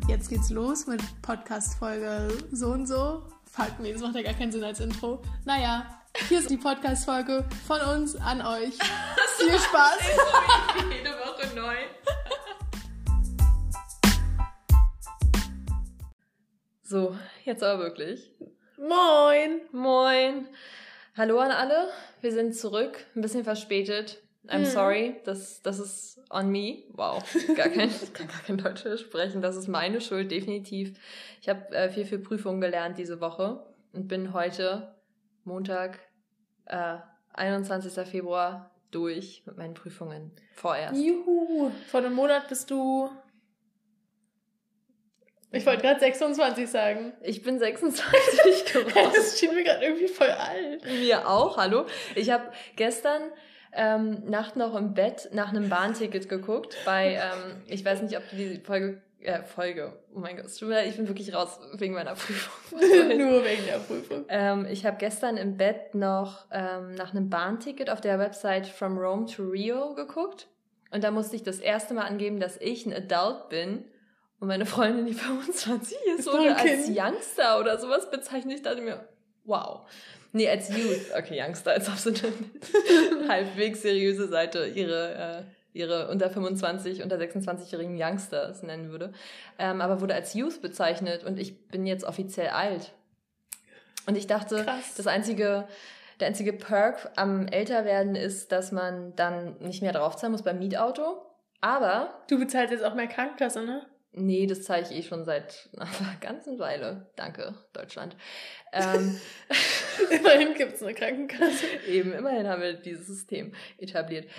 Jetzt geht's los mit Podcast-Folge so und so. Fuck, nee, das macht ja gar keinen Sinn als Intro. Naja, hier ist die Podcast-Folge von uns an euch. Viel Spaß. Jede Woche neu. So, jetzt aber wirklich. Moin. Moin. Hallo an alle. Wir sind zurück. Ein bisschen verspätet. I'm sorry. Das ist on me. Wow. Ich kann gar kein Deutsch sprechen. Das ist meine Schuld, definitiv. Ich habe viel für Prüfungen gelernt diese Woche und bin heute, Montag, 21. Februar, durch mit meinen Prüfungen. Vorerst. Juhu. Vor einem Monat bist du... Ich wollte gerade 26 sagen. Ich bin 26 geworden. Das schien mir gerade irgendwie voll alt. Mir auch, hallo. Ich habe gestern Nacht noch im Bett nach einem Bahnticket geguckt bei, ich weiß nicht, ob du die Folge, oh mein Gott, ich bin wirklich raus wegen meiner Prüfung. Nur wegen der Prüfung. Ich habe gestern im Bett noch nach einem Bahnticket auf der Website From Rome to Rio geguckt und da musste ich das erste Mal angeben, dass ich ein Adult bin. Und meine Freundin, die 25 ist oder als Youngster oder sowas bezeichnet. Ich dachte mir, wow. Nee, als Youth. Okay, Youngster, als ob sie eine halbwegs seriöse Seite ihre unter 25, unter 26-jährigen Youngsters nennen würde. Aber wurde als Youth bezeichnet und ich bin jetzt offiziell alt. Und ich dachte, krass. Der einzige Perk am Älterwerden ist, dass man dann nicht mehr draufzahlen muss beim Mietauto. Aber... Du bezahlst jetzt auch mehr Krankenkasse, ne? Nee, das zahle ich schon seit einer ganzen Weile. Danke, Deutschland. Immerhin gibt's eine Krankenkasse. Eben, immerhin haben wir dieses System etabliert.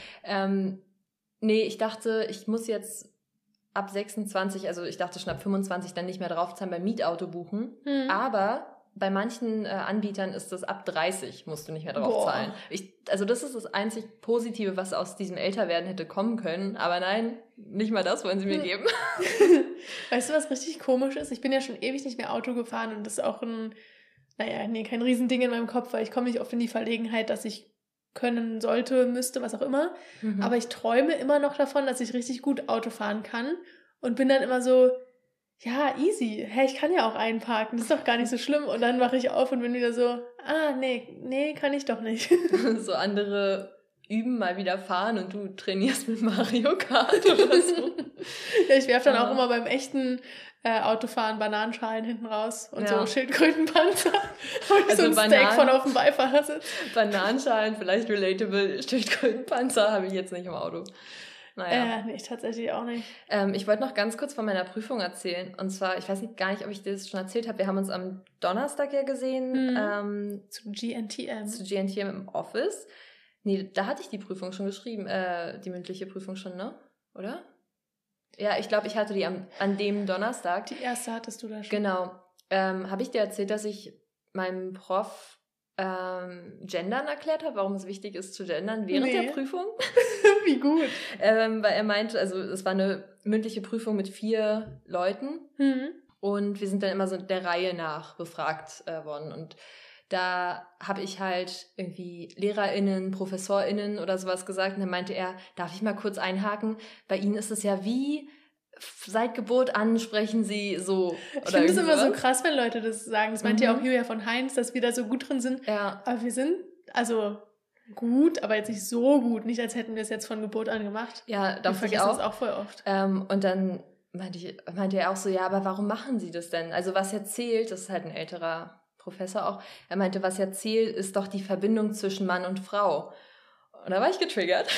Nee, ich dachte, ich muss jetzt ab 26, also ich dachte schon ab 25 dann nicht mehr draufzahlen beim Mietauto buchen. Aber bei manchen Anbietern ist das ab 30 musst du nicht mehr draufzahlen. Also das ist das einzig Positive, was aus diesem Älterwerden hätte kommen können. Aber nein, nicht mal das wollen sie mir geben. Weißt du, was richtig komisch ist? Ich bin ja schon ewig nicht mehr Auto gefahren und das ist auch kein Riesending in meinem Kopf, weil ich komme nicht oft in die Verlegenheit, dass ich können sollte, müsste, was auch immer. Aber ich träume immer noch davon, dass ich richtig gut Auto fahren kann und bin dann immer so, ja, easy. Ich kann ja auch einparken, das ist doch gar nicht so schlimm. Und dann wache ich auf und bin wieder so, nee, kann ich doch nicht. So andere üben mal wieder fahren und du trainierst mit Mario Kart oder so. Ja, ich werfe dann auch immer beim echten Autofahren Bananenschalen hinten raus und so Schildkrötenpanzer. Und also so ein Steak von auf dem Beifahrersitz. Bananenschalen, vielleicht relatable, Schildkrötenpanzer habe ich jetzt nicht im Auto. Naja. Nee, tatsächlich auch nicht. Ich wollte noch ganz kurz von meiner Prüfung erzählen. Und zwar, ich weiß gar nicht, ob ich dir das schon erzählt habe. Wir haben uns am Donnerstag ja gesehen. Zu GNTM. Zu GNTM im Office. Nee, da hatte ich die Prüfung schon geschrieben. Die mündliche Prüfung schon, ne? Oder? Ja, ich glaube, ich hatte die an dem Donnerstag. Die erste hattest du da schon. Genau. Habe ich dir erzählt, dass ich meinem Prof Gendern erklärt habe, warum es wichtig ist zu gendern während der Prüfung. Wie gut. Weil er meinte, also es war eine mündliche Prüfung mit 4 Leuten und wir sind dann immer so der Reihe nach befragt worden und da habe ich halt irgendwie LehrerInnen, ProfessorInnen oder sowas gesagt und dann meinte er, darf ich mal kurz einhaken? Bei Ihnen ist es ja wie seit Geburt an sprechen sie so. Ich finde es immer so krass, wenn Leute das sagen. Das meint ja auch Julia von Heinz, dass wir da so gut drin sind. Ja. Aber wir sind also gut, aber jetzt nicht so gut. Nicht, als hätten wir es jetzt von Geburt an gemacht. Ja, wir vergessen das auch voll oft. Und dann meinte er auch so, ja, aber warum machen sie das denn? Also was ja zählt, das ist halt ein älterer Professor auch, er meinte, was ja zählt, ist doch die Verbindung zwischen Mann und Frau. Und da war ich getriggert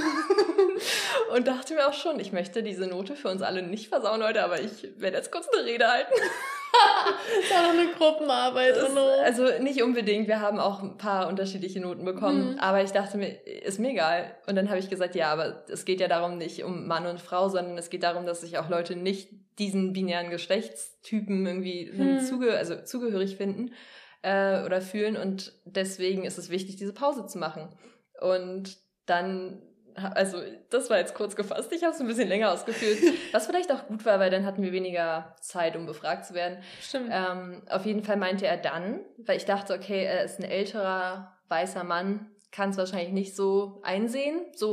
und dachte mir auch schon, ich möchte diese Note für uns alle nicht versauen, Leute, aber ich werde jetzt kurz eine Rede halten. Das ist auch noch eine Gruppenarbeit. Also nicht unbedingt, wir haben auch ein paar unterschiedliche Noten bekommen, aber ich dachte mir, ist mir egal. Und dann habe ich gesagt, ja, aber es geht ja darum nicht um Mann und Frau, sondern es geht darum, dass sich auch Leute nicht diesen binären Geschlechtstypen irgendwie zugehörig finden oder fühlen und deswegen ist es wichtig, diese Pause zu machen. Und dann, also das war jetzt kurz gefasst, ich habe es ein bisschen länger ausgeführt, was vielleicht auch gut war, weil dann hatten wir weniger Zeit, um befragt zu werden. Stimmt. Auf jeden Fall meinte er dann, weil ich dachte, okay, er ist ein älterer, weißer Mann, kann es wahrscheinlich nicht so einsehen, so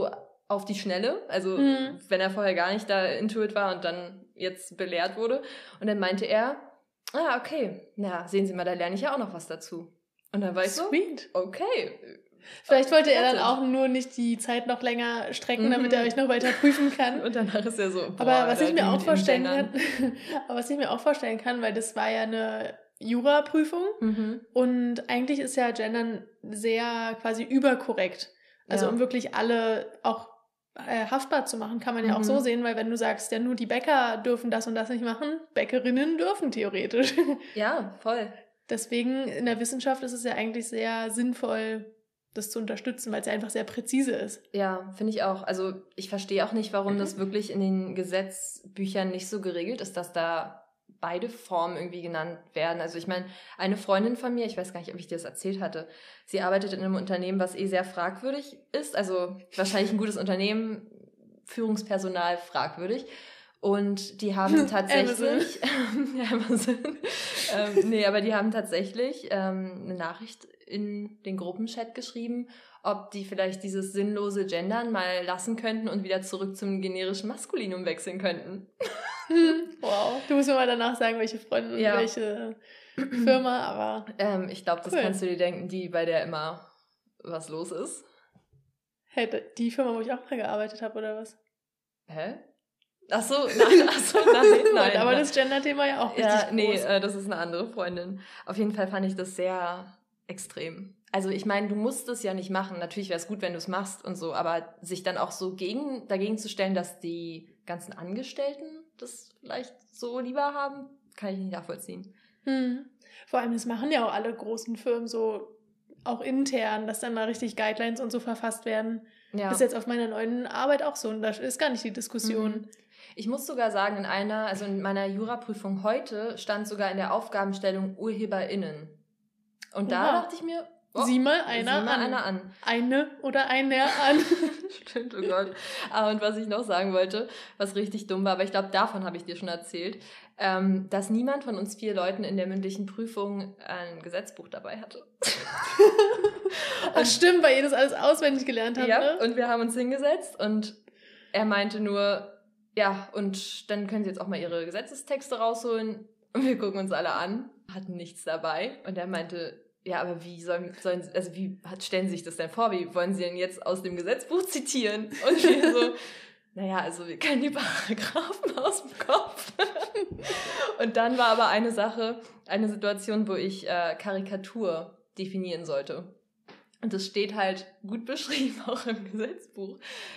auf die Schnelle. Also wenn er vorher gar nicht da intuit war und dann jetzt belehrt wurde. Und dann meinte er, okay, na, sehen Sie mal, da lerne ich ja auch noch was dazu. Und dann war ich Sweet. So, okay. Vielleicht wollte er dann auch nur nicht die Zeit noch länger strecken, damit er euch noch weiter prüfen kann. Und danach ist er so, aber was ich mir auch vorstellen kann, weil das war ja eine Jura-Prüfung und eigentlich ist ja Gendern sehr quasi überkorrekt. Also um wirklich alle auch haftbar zu machen, kann man ja auch so sehen, weil wenn du sagst, ja nur die Bäcker dürfen das und das nicht machen, Bäckerinnen dürfen theoretisch. Ja, voll. Deswegen in der Wissenschaft ist es ja eigentlich sehr sinnvoll, das zu unterstützen, weil es ja einfach sehr präzise ist. Ja, finde ich auch. Also ich verstehe auch nicht, warum das wirklich in den Gesetzbüchern nicht so geregelt ist, dass da beide Formen irgendwie genannt werden. Also ich meine, eine Freundin von mir, ich weiß gar nicht, ob ich dir das erzählt hatte, sie arbeitet in einem Unternehmen, was sehr fragwürdig ist. Also wahrscheinlich ein gutes Unternehmen, Führungspersonal fragwürdig. Und die haben tatsächlich... Amazon. Aber die haben tatsächlich eine Nachricht in den Gruppenchat geschrieben, ob die vielleicht dieses sinnlose Gendern mal lassen könnten und wieder zurück zum generischen Maskulinum wechseln könnten. Wow. Du musst mir mal danach sagen, welche Freundin und welche Firma, aber ich glaube, das kannst du dir denken, die, bei der immer was los ist. Hey, die Firma, wo ich auch mal gearbeitet habe, oder was? Hä? Nein. Aber das Gender-Thema ja auch richtig groß. Nee, das ist eine andere Freundin. Auf jeden Fall fand ich das sehr extrem. Also ich meine, du musst es ja nicht machen. Natürlich wäre es gut, wenn du es machst und so, aber sich dann auch so dagegen zu stellen, dass die ganzen Angestellten das vielleicht so lieber haben, kann ich nicht nachvollziehen. Vor allem, das machen ja auch alle großen Firmen so, auch intern, dass dann da richtig Guidelines und so verfasst werden. Ja. Das ist jetzt auf meiner neuen Arbeit auch so und da ist gar nicht die Diskussion. Ich muss sogar sagen, in meiner Juraprüfung heute stand sogar in der Aufgabenstellung UrheberInnen. Und da dachte ich mir, sieh mal einer an. Eine oder einer an. Stimmt, oh Gott. Und was ich noch sagen wollte, was richtig dumm war, aber ich glaube, davon habe ich dir schon erzählt, dass niemand von uns 4 Leuten in der mündlichen Prüfung ein Gesetzbuch dabei hatte. Ach stimmt, weil ihr das alles auswendig gelernt habt, ja, ne? Und wir haben uns hingesetzt und er meinte nur, ja, und dann können Sie jetzt auch mal Ihre Gesetzestexte rausholen. Und wir gucken uns alle an, hatten nichts dabei. Und er meinte, ja, aber wie stellen Sie sich das denn vor? Wie wollen Sie denn jetzt aus dem Gesetzbuch zitieren? Und wir so, naja, also wir kennen die Paragraphen aus dem Kopf. Und dann war aber eine Situation, wo ich Karikatur definieren sollte. Und das steht halt gut beschrieben, auch im Gesetzbuch.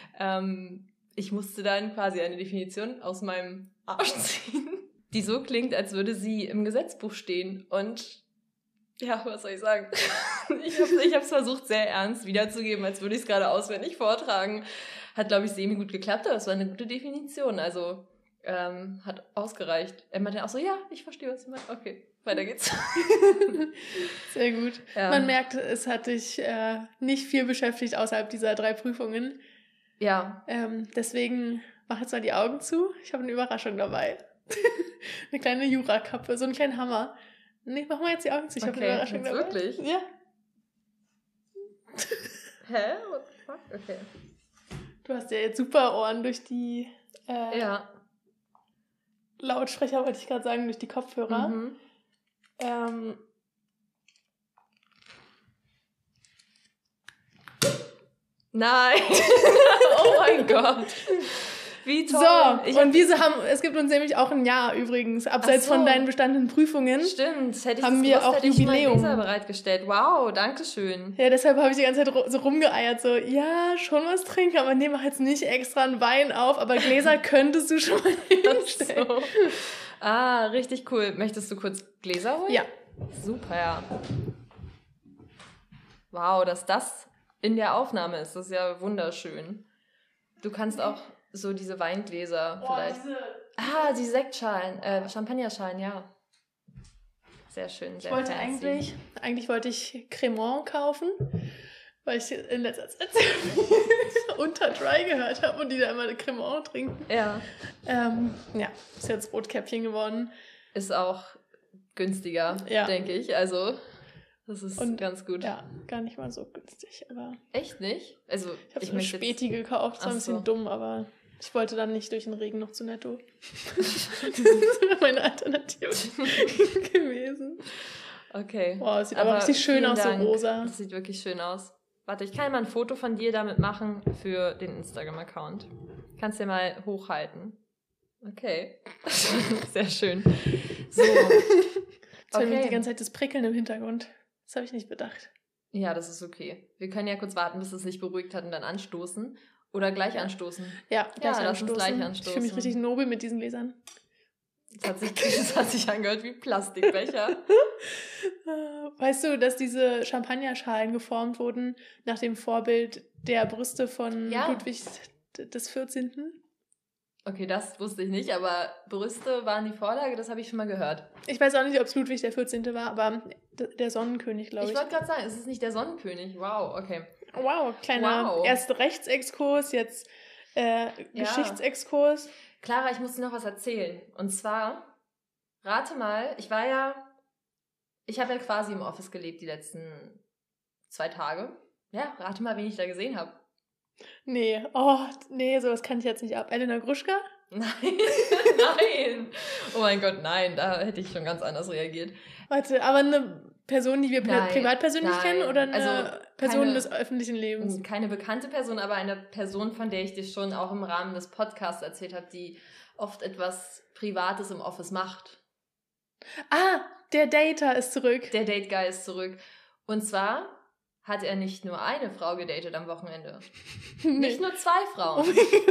Ich musste dann quasi eine Definition aus meinem Arsch ziehen, die so klingt, als würde sie im Gesetzbuch stehen. Und ja, was soll ich sagen? Ich habe es versucht, sehr ernst wiederzugeben, als würde ich es gerade auswendig vortragen. Hat, glaube ich, semi-gut geklappt, aber es war eine gute Definition. Also hat ausgereicht. Er meinte auch so, ja, ich verstehe, was du meinst. Okay, weiter geht's. Sehr gut. Ja. Man merkt, es hat dich nicht viel beschäftigt außerhalb dieser 3 Prüfungen. Ja. Deswegen mach jetzt mal die Augen zu. Ich habe eine Überraschung dabei. Eine kleine Jurakappe, so einen kleinen Hammer. Nee, mach mal jetzt die Augen zu. Ich habe eine Überraschung dabei. Wirklich? Ja. Hä? What the fuck? Okay. Du hast ja jetzt super Ohren durch die Lautsprecher, wollte ich gerade sagen, durch die Kopfhörer. Nein! Oh mein Gott! Wie toll! So, es gibt uns nämlich auch ein Jahr übrigens, abseits von deinen bestandenen Prüfungen. Stimmt, hätte ich haben wir auch Jubiläum. Leser bereitgestellt. Wow, danke schön. Ja, deshalb habe ich die ganze Zeit so rumgeeiert, so, ja, schon was trinken, aber nee, mach jetzt nicht extra einen Wein auf, aber Gläser könntest du schon mal hinstellen. So. Richtig cool. Möchtest du kurz Gläser holen? Ja. Super, ja. Wow, dass das in der Aufnahme ist, das ist ja wunderschön. Du kannst auch so diese Weingläser vielleicht. Die Sektschalen, Champagnerschalen, ja. Sehr schön, sehr fancy. Eigentlich wollte ich Cremant kaufen, weil ich in letzter Zeit unter Dry gehört habe und die da immer Cremant trinken. Ja. Ist jetzt Rotkäppchen geworden. Ist auch günstiger, denke ich, also... Das ist Und, ganz gut. Ja, gar nicht mal so günstig, aber... Echt nicht? Also, Ich habe so eine Späti gekauft, das war ein bisschen dumm, aber ich wollte dann nicht durch den Regen noch zu Netto. Das wäre meine Alternative gewesen. Okay. Boah, es sieht aber richtig schön aus, Dank. so rosa. Das sieht wirklich schön aus. Warte, ich kann mal ein Foto von dir damit machen für den Instagram-Account. Kannst dir mal hochhalten. Okay. Sehr schön. So. Jetzt haben wir die ganze Zeit das Prickeln im Hintergrund. Das habe ich nicht bedacht. Ja, das ist okay. Wir können ja kurz warten, bis es sich beruhigt hat und dann anstoßen. Oder gleich anstoßen. Ja, lass uns gleich anstoßen. Ich fühle mich richtig nobel mit diesen Gläsern. Das hat sich angehört wie Plastikbecher. Weißt du, dass diese Champagnerschalen geformt wurden nach dem Vorbild der Brüste von Ludwig des 14.? Okay, das wusste ich nicht, aber Brüste waren die Vorlage, das habe ich schon mal gehört. Ich weiß auch nicht, ob es Ludwig der 14. war, aber der Sonnenkönig, glaube ich. Ich wollte gerade sagen, es ist nicht der Sonnenkönig. Wow, okay. Wow, kleiner erst Rechtsexkurs, jetzt Geschichtsexkurs. Clara, ich muss dir noch was erzählen. Und zwar, rate mal, ich habe ja quasi im Office gelebt die letzten 2 Tage. Ja, rate mal, wen ich da gesehen habe. Nee, sowas kann ich jetzt nicht ab. Elena Gruschka? Nein, nein. Oh mein Gott, nein, da hätte ich schon ganz anders reagiert. Warte, aber eine Person, die wir privat persönlich kennen oder eine Person des öffentlichen Lebens? Keine bekannte Person, aber eine Person, von der ich dir schon auch im Rahmen des Podcasts erzählt habe, die oft etwas Privates im Office macht. Ah, der Dater ist zurück. Der Date-Guy ist zurück. Und zwar hat er nicht nur eine Frau gedatet am Wochenende. Nicht nur 2 Frauen.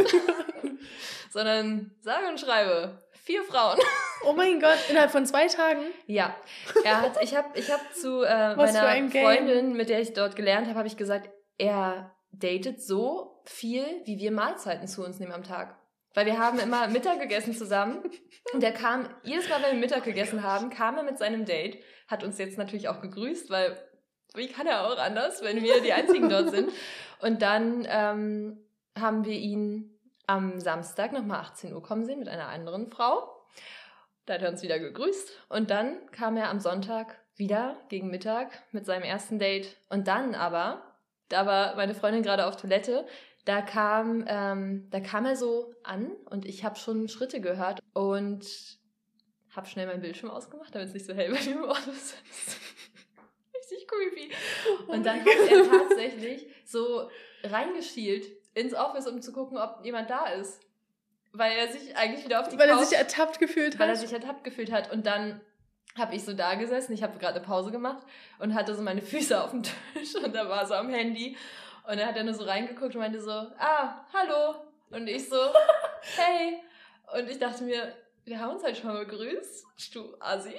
Sondern sage und schreibe 4 Frauen. Oh mein Gott, innerhalb von 2 Tagen? Ja. Ich hab zu meiner Freundin, mit der ich dort gelernt habe, ich gesagt, er datet so viel, wie wir Mahlzeiten zu uns nehmen am Tag. Weil wir haben immer Mittag gegessen zusammen. Und der kam, jedes Mal, wenn wir Mittag gegessen haben, kam er mit seinem Date, hat uns jetzt natürlich auch gegrüßt, weil wie kann er auch anders, wenn wir die Einzigen dort sind? Und dann haben wir ihn am Samstag nochmal 18 Uhr kommen sehen mit einer anderen Frau. Da hat er uns wieder gegrüßt. Und dann kam er am Sonntag wieder gegen Mittag mit seinem ersten Date. Und dann aber, da war meine Freundin gerade auf Toilette, da kam er so an und ich habe schon Schritte gehört und habe schnell meinen Bildschirm ausgemacht, damit es nicht so hell bei mir im Office ist. Richtig creepy. Und dann hat er tatsächlich so reingeschielt ins Office, um zu gucken, ob jemand da ist. Weil er sich eigentlich wieder auf die Couch... Weil er sich ertappt gefühlt hat. Und dann habe ich so da gesessen, ich habe gerade eine Pause gemacht und hatte so meine Füße auf dem Tisch und er war so am Handy. Und dann hat er nur so reingeguckt und meinte so, hallo. Und ich so, hey. Und ich dachte mir, wir haben uns halt schon mal begrüßt, du Assi.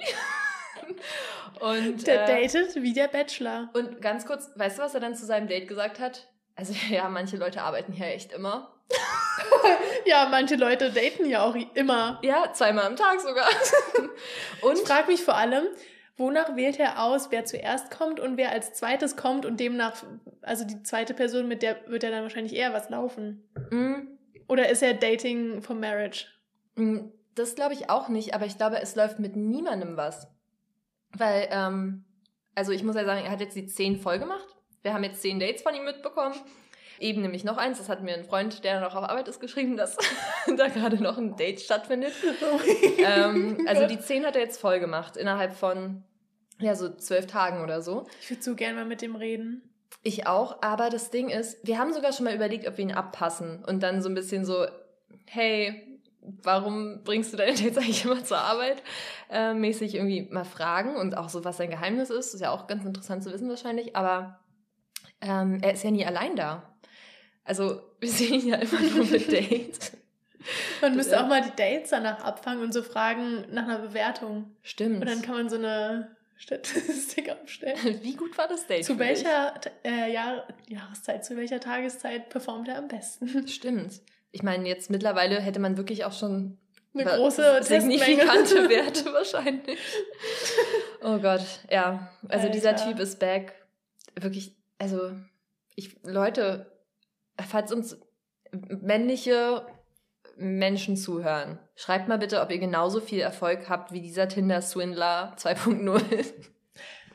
Und, der datet wie der Bachelor. Und ganz kurz, weißt du, was er dann zu seinem Date gesagt hat? Also ja, manche Leute arbeiten hier echt immer. Ja, manche Leute daten ja auch immer. Ja, 2-mal am Tag sogar. Und ich frage mich vor allem, wonach wählt er aus, wer zuerst kommt und wer als zweites kommt und demnach, also die zweite Person, mit der wird er dann wahrscheinlich eher was laufen. Oder ist er Dating for Marriage? Das glaube ich auch nicht, aber ich glaube, es läuft mit niemandem was. Weil, also ich muss ja sagen, er hat jetzt die 10 voll gemacht. Wir haben jetzt 10 Dates von ihm mitbekommen. Eben nämlich noch eins, das hat mir ein Freund, der noch auf Arbeit ist, geschrieben, dass da gerade noch ein Date stattfindet. Also die 10 hat er jetzt voll gemacht, innerhalb von, so 12 Tagen oder so. Ich würde so gerne mal mit dem reden. Ich auch, aber das Ding ist, wir haben sogar schon mal überlegt, ob wir ihn abpassen und dann so ein bisschen so, hey, warum bringst du deine Dates eigentlich immer zur Arbeit? Mäßig irgendwie mal fragen und auch so, was sein Geheimnis ist ja auch ganz interessant zu wissen wahrscheinlich, aber er ist ja nie allein da. Also, wir sehen ihn ja immer nur mit Dates. Man müsste auch mal die Dates danach abfangen und so fragen nach einer Bewertung. Stimmt. Und dann kann man so eine Statistik aufstellen. Wie gut war das Date? Zu welcher Jahreszeit, zu welcher Tageszeit performt er am besten? Stimmt. Ich meine, jetzt mittlerweile hätte man wirklich auch schon eine große signifikante Werte wahrscheinlich. Oh Gott, ja. Also dieser Typ ist back. Wirklich, also Leute, falls uns männliche Menschen zuhören, schreibt mal bitte, ob ihr genauso viel Erfolg habt wie dieser Tinder-Swindler 2.0.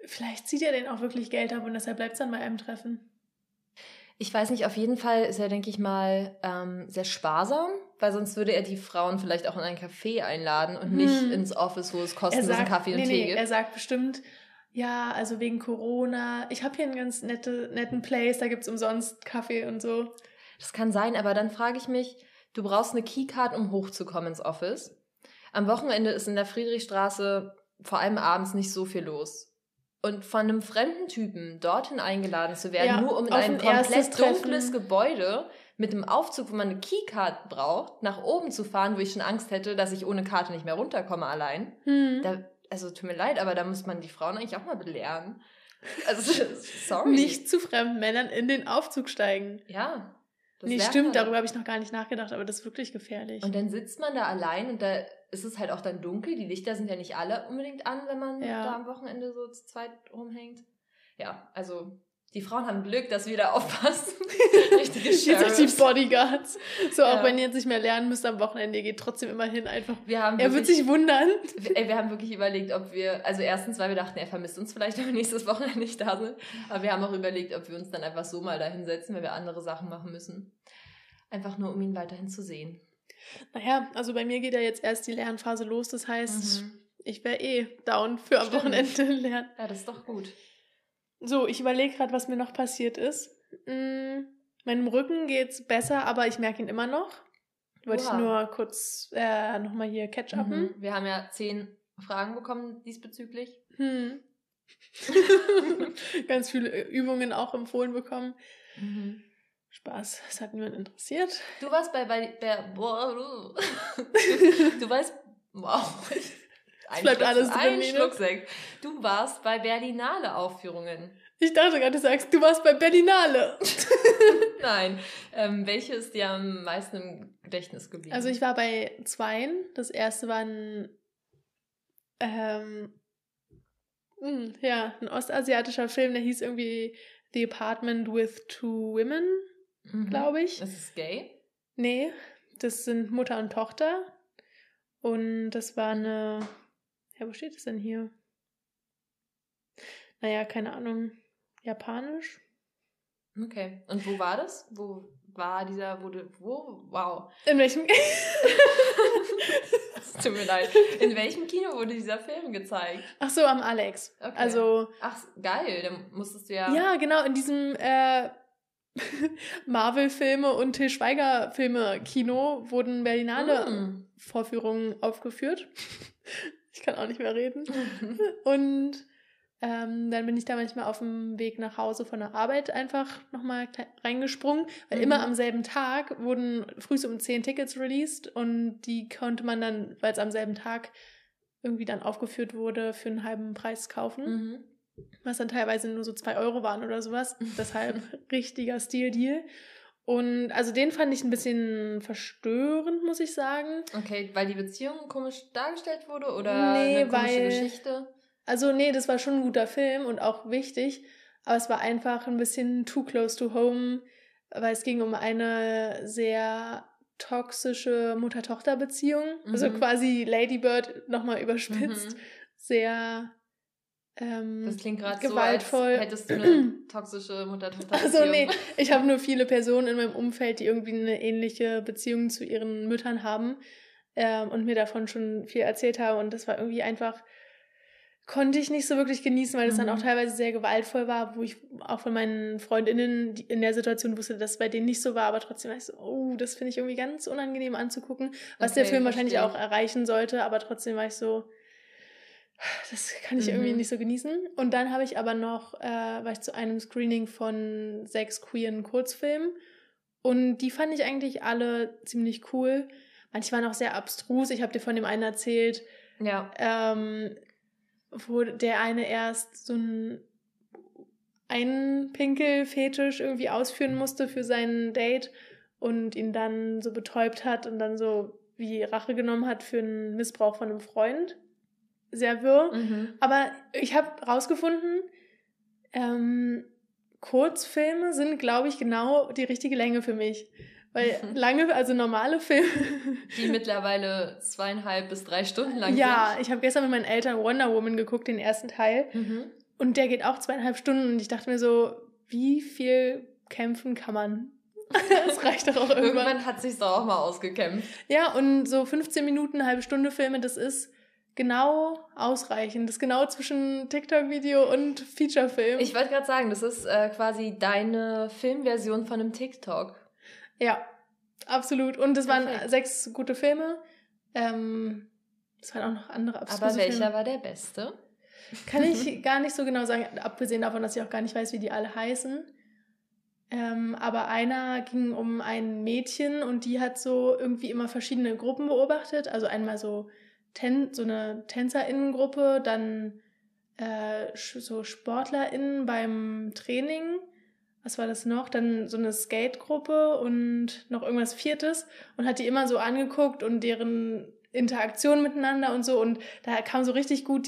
vielleicht zieht er den auch wirklich Geld ab und deshalb bleibt es dann bei einem Treffen. Ich weiß nicht, auf jeden Fall ist er, denke ich mal, sehr sparsam, weil sonst würde er die Frauen vielleicht auch in ein Café einladen und nicht ins Office, wo es kostenlosen Kaffee und Tee gibt. Er sagt bestimmt, ja, also wegen Corona, ich habe hier einen ganz netten Place, da gibt es umsonst Kaffee und so. Das kann sein, aber dann frage ich mich, du brauchst eine Keycard, um hochzukommen ins Office. Am Wochenende ist in der Friedrichstraße vor allem abends nicht so viel los. Und von einem fremden Typen dorthin eingeladen zu werden, nur um in ein komplett dunkles Gebäude mit einem Aufzug, wo man eine Keycard braucht, nach oben zu fahren, wo ich schon Angst hätte, dass ich ohne Karte nicht mehr runterkomme allein. Also tut mir leid, aber da muss man die Frauen eigentlich auch mal belehren. Also, sorry. Nicht zu fremden Männern in den Aufzug steigen. Ja. Nee, stimmt, darüber habe ich noch gar nicht nachgedacht, aber das ist wirklich gefährlich. Und dann sitzt man da allein und da ist es halt auch dann dunkel. Die Lichter sind ja nicht alle unbedingt an, wenn man da am Wochenende so zu zweit rumhängt. Ja, also die Frauen haben Glück, dass wir da aufpassen. Richtige Sheriffs. Jetzt die Bodyguards. So, auch wenn ihr jetzt nicht mehr lernen müsst am Wochenende, ihr geht trotzdem immer hin einfach. Er wird sich wundern. Wir haben wirklich überlegt, ob wir, also erstens, weil wir dachten, er vermisst uns vielleicht, wenn wir nächstes Wochenende nicht da sind. Aber wir haben auch überlegt, ob wir uns dann einfach so mal da hinsetzen, wenn wir andere Sachen machen müssen. Einfach nur, um ihn weiterhin zu sehen. Naja, also bei mir geht ja jetzt erst die Lernphase los. Das heißt, ich wäre down für am Wochenende lernen. Ja, das ist doch gut. So, ich überlege gerade, was mir noch passiert ist. Meinem Rücken geht's besser, aber ich merke ihn immer noch. Wollte ich nur kurz nochmal hier catch-upen. Wir haben ja 10 Fragen bekommen diesbezüglich. Ganz viele Übungen auch empfohlen bekommen. Spaß, das hat niemand interessiert. Du warst du weißt, wow. Bleibt alles drin. Ein Schluck Sekt. Du warst bei Berlinale-Aufführungen. Ich dachte gerade, du sagst, du warst bei Berlinale. Nein. Welche ist dir am meisten im Gedächtnis geblieben? Also ich war bei 2. Das erste war ein ostasiatischer Film, der hieß irgendwie The Apartment with Two Women, glaube ich. Ist es gay? Nee, das sind Mutter und Tochter. Und das war eine... Ja, wo steht es denn hier? Naja, keine Ahnung. Japanisch. Okay. Und wo war das? Wo war dieser... Wow. In welchem... Es tut mir leid. In welchem Kino wurde dieser Film gezeigt? Ach so, am Alex. Okay. Also... Ach, geil. Dann musstest du ja... Ja, genau. In diesem Marvel-Filme und Til Schweiger-Filme-Kino wurden Berlinale-Vorführungen aufgeführt. Ich kann auch nicht mehr reden. Und dann bin ich da manchmal auf dem Weg nach Hause von der Arbeit einfach nochmal reingesprungen, weil immer am selben Tag wurden früh um 10 Tickets released und die konnte man dann, weil es am selben Tag irgendwie dann aufgeführt wurde, für einen halben Preis kaufen. Was dann teilweise nur so 2 Euro waren oder sowas. Deshalb richtiger Stildeal. Und also den fand ich ein bisschen verstörend, muss ich sagen. Okay, weil die Beziehung komisch dargestellt wurde oder eine komische Geschichte? Also nee, das war schon ein guter Film und auch wichtig, aber es war einfach ein bisschen too close to home, weil es ging um eine sehr toxische Mutter-Tochter-Beziehung. Also quasi Lady Bird nochmal überspitzt. Sehr das klingt gerade gewaltvoll. So, als hättest du eine toxische Mutter-Tochter-Beziehung. Also nee, ich habe nur viele Personen in meinem Umfeld, die irgendwie eine ähnliche Beziehung zu ihren Müttern haben und mir davon schon viel erzählt haben und das war irgendwie einfach, konnte ich nicht so wirklich genießen, weil das dann auch teilweise sehr gewaltvoll war, wo ich auch von meinen Freundinnen in der Situation wusste, dass es bei denen nicht so war, aber trotzdem war ich so, oh, das finde ich irgendwie ganz unangenehm anzugucken, was der Film wahrscheinlich auch erreichen sollte, aber trotzdem war ich so, das kann ich irgendwie nicht so genießen. Und dann habe ich aber noch, war ich zu einem Screening von 6 queeren Kurzfilmen und die fand ich eigentlich alle ziemlich cool. Manche waren auch sehr abstrus. Ich habe dir von dem einen erzählt, wo der eine erst so einen Pinkelfetisch irgendwie ausführen musste für sein Date und ihn dann so betäubt hat und dann so wie Rache genommen hat für einen Missbrauch von einem Freund. Sehr wirr. Aber ich habe rausgefunden, Kurzfilme sind, glaube ich, genau die richtige Länge für mich. Weil lange, also normale Filme... Die mittlerweile 2,5 bis 3 Stunden lang sind. Ja, ich habe gestern mit meinen Eltern Wonder Woman geguckt, den ersten Teil. Und der geht auch 2,5 Stunden und ich dachte mir so, wie viel kämpfen kann man? Das reicht doch auch irgendwann. Irgendwann hat sich's doch auch mal ausgekämpft. Ja, und so 15 Minuten, eine halbe Stunde Filme, das ist genau ausreichend. Das ist genau zwischen TikTok-Video und Feature-Film. Ich wollte gerade sagen, das ist quasi deine Filmversion von einem TikTok. Ja, absolut. Und es waren Perfekt. 6 gute Filme. Es waren auch noch andere abstruse Aber welcher Filme. war der beste? Kann ich gar nicht so genau sagen, abgesehen davon, dass ich auch gar nicht weiß, wie die alle heißen. Aber einer ging um ein Mädchen und die hat so irgendwie immer verschiedene Gruppen beobachtet. Also einmal so eine TänzerInnengruppe, dann so SportlerInnen beim Training. Was war das noch? Dann so eine Skate-Gruppe und noch irgendwas Viertes. Und hat die immer so angeguckt und deren Interaktion miteinander und so. Und da kam so richtig gut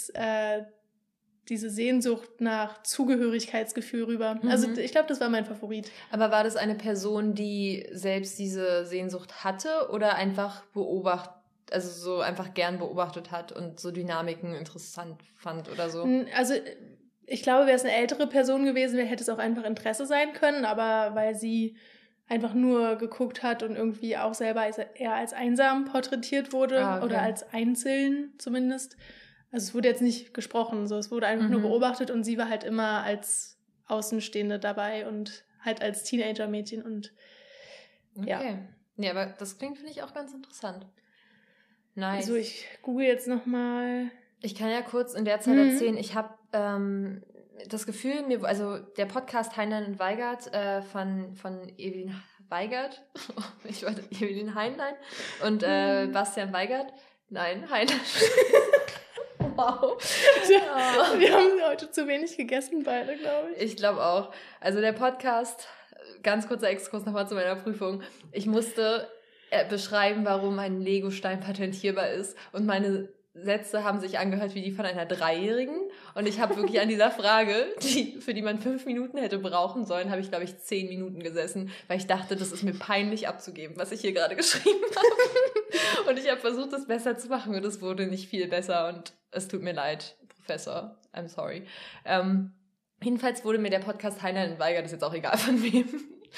diese Sehnsucht nach Zugehörigkeitsgefühl rüber. Also ich glaube, das war mein Favorit. Aber war das eine Person, die selbst diese Sehnsucht hatte oder einfach so einfach gern beobachtet hat und so Dynamiken interessant fand oder so? Also ich glaube, wäre es eine ältere Person gewesen, hätte es auch einfach Interesse sein können, aber weil sie einfach nur geguckt hat und irgendwie auch selber eher als einsam porträtiert wurde oder als einzeln zumindest. Also es wurde jetzt nicht gesprochen, so es wurde einfach nur beobachtet und sie war halt immer als Außenstehende dabei und halt als Teenager-Mädchen und ja. Okay. Ja, aber das klingt, finde ich, auch ganz interessant. Nice. Also ich google jetzt nochmal. Ich kann ja kurz in der Zeit erzählen, ich habe das Gefühl, also der Podcast Heinlein und Weigert von Evelyn Weigert, ich wollte Evelyn Heinlein und Bastian Weigert, nein, Heinlein. Wow. Wir haben heute zu wenig gegessen beide, glaube ich. Ich glaube auch. Also der Podcast, ganz kurzer Exkurs nochmal zu meiner Prüfung. Ich musste beschreiben, warum ein Legostein patentierbar ist und meine Sätze haben sich angehört wie die von einer 3-Jährigen und ich habe wirklich an dieser Frage, für die man 5 Minuten hätte brauchen sollen, habe ich, glaube ich, 10 Minuten gesessen, weil ich dachte, das ist mir peinlich abzugeben, was ich hier gerade geschrieben habe. Und ich habe versucht, das besser zu machen und es wurde nicht viel besser und es tut mir leid, Professor, I'm sorry. Jedenfalls wurde mir der Podcast Heinlein und Weigert, ist jetzt auch egal von wem,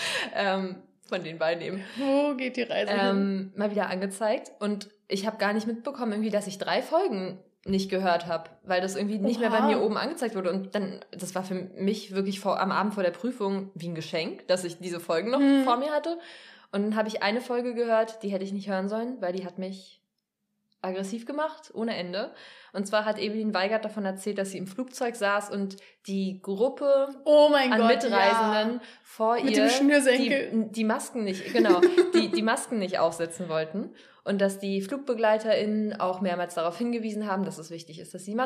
von den beiden eben. Wo geht die Reise hin? Mal wieder angezeigt und ich habe gar nicht mitbekommen, irgendwie, dass ich 3 Folgen nicht gehört habe, weil das irgendwie nicht mehr bei mir oben angezeigt wurde und dann, das war für mich wirklich am Abend vor der Prüfung wie ein Geschenk, dass ich diese Folgen noch vor mir hatte und dann habe ich eine Folge gehört, die hätte ich nicht hören sollen, weil die hat mich aggressiv gemacht, ohne Ende. Und zwar hat Evelyn Weigert davon erzählt, dass sie im Flugzeug saß und die Gruppe an Mitreisenden vor mit ihr dem Schnürsenkel. die Masken nicht, genau, die Masken nicht aufsetzen wollten. Und dass die FlugbegleiterInnen auch mehrmals darauf hingewiesen haben, dass es wichtig ist, dass sie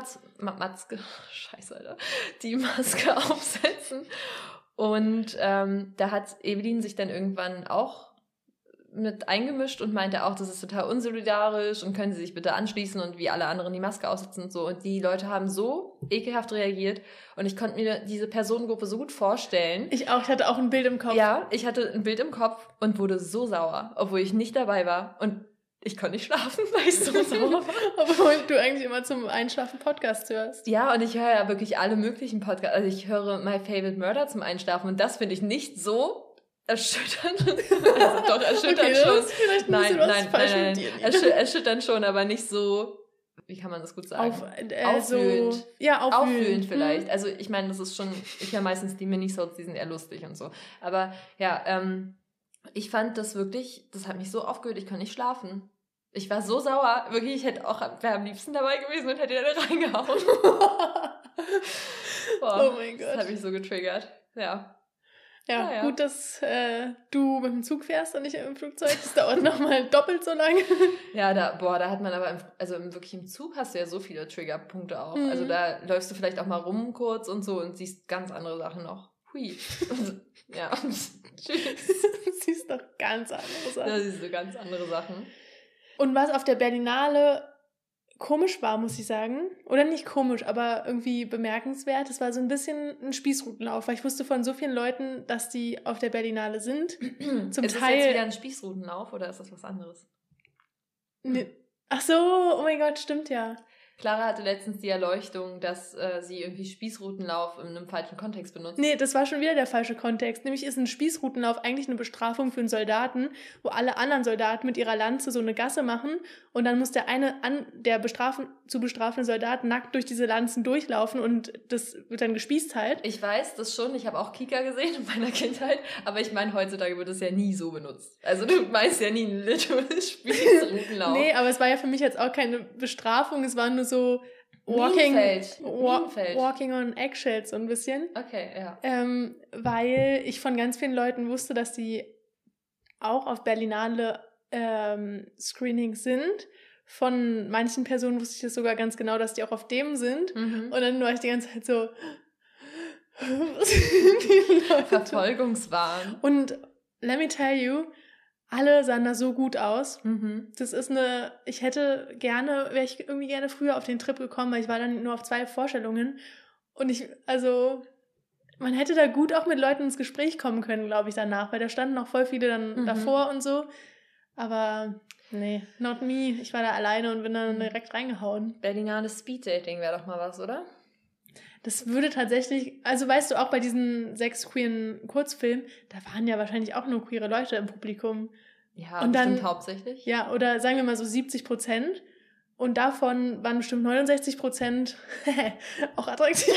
die Maske aufsetzen. Und da hat Evelyn sich dann irgendwann auch mit eingemischt und meinte auch, das ist total unsolidarisch und können Sie sich bitte anschließen und wie alle anderen die Maske aufsetzen und so. Und die Leute haben so ekelhaft reagiert und ich konnte mir diese Personengruppe so gut vorstellen. Ich hatte auch ein Bild im Kopf. Ja, ich hatte ein Bild im Kopf und wurde so sauer, obwohl ich nicht dabei war und ich konnte nicht schlafen, weil ich so sauer war. Obwohl du eigentlich immer zum Einschlafen Podcasts hörst. Ja, und ich höre ja wirklich alle möglichen Podcasts. Also ich höre My Favorite Murder zum Einschlafen und das finde ich nicht so erschütternd. Also doch, erschütternd okay, schon. Nein. Erschütternd schon, aber nicht so, wie kann man das gut sagen? Aufwühlend. So, ja, aufwühlend vielleicht. Also ich meine, das ist schon, ich höre meistens die Minisodes, die sind eher lustig und so. Aber ja, ich fand das wirklich, das hat mich so aufgewühlt, ich konnte nicht schlafen. Ich war so sauer, wirklich, wäre am liebsten dabei gewesen und hätte da reingehauen. Boah, oh mein Gott. Das hat mich so getriggert, ja. Ja, gut, dass du mit dem Zug fährst und nicht im Flugzeug. Das dauert nochmal doppelt so lange. Ja, da hat man aber, wirklich im Zug hast du ja so viele Triggerpunkte auch. Also da läufst du vielleicht auch mal rum kurz und so und siehst ganz andere Sachen noch. Hui. Ja, tschüss. Du siehst doch ganz andere Sachen. Da siehst du ganz andere Sachen. Und was auf der Berlinale komisch war, muss ich sagen, oder nicht komisch, aber irgendwie bemerkenswert, es war so ein bisschen ein Spießrutenlauf, weil ich wusste von so vielen Leuten, dass die auf der Berlinale sind. Ist das jetzt wieder ein Spießrutenlauf oder ist das was anderes? Ach so, oh mein Gott, stimmt ja. Clara hatte letztens die Erleuchtung, dass sie irgendwie Spießrutenlauf in einem falschen Kontext benutzt. Nee, das war schon wieder der falsche Kontext. Nämlich ist ein Spießrutenlauf eigentlich eine Bestrafung für einen Soldaten, wo alle anderen Soldaten mit ihrer Lanze so eine Gasse machen und dann muss der zu bestrafende Soldat nackt durch diese Lanzen durchlaufen und das wird dann gespießt halt. Ich weiß das schon, ich habe auch Kika gesehen in meiner Kindheit, aber ich meine, heutzutage wird das ja nie so benutzt. Also du meinst ja nie einen literal Spießrutenlauf. Nee, aber es war ja für mich jetzt auch keine Bestrafung, es war nur so Walking on Eggshells so ein bisschen. Okay, ja. Weil ich von ganz vielen Leuten wusste, dass die auch auf Berlinale Screenings sind. Von manchen Personen wusste ich das sogar ganz genau, dass die auch auf dem sind. Und dann war ich die ganze Zeit so die Leute. Verfolgungswahn. Und let me tell you, alle sahen da so gut aus. Das ist wäre ich irgendwie gerne früher auf den Trip gekommen, weil ich war dann nur auf 2 Vorstellungen. Und man hätte da gut auch mit Leuten ins Gespräch kommen können, glaube ich, danach, weil da standen noch voll viele dann davor und so. Aber nee, not me. Ich war da alleine und bin dann direkt reingehauen. Berlinale Speeddating wäre doch mal was, oder? Das würde tatsächlich, also weißt du, auch bei diesen 6 queeren Kurzfilmen, da waren ja wahrscheinlich auch nur queere Leute im Publikum. Ja, und bestimmt dann, hauptsächlich. Ja, oder sagen wir mal so 70%. Und davon waren bestimmt 69% auch attraktiv.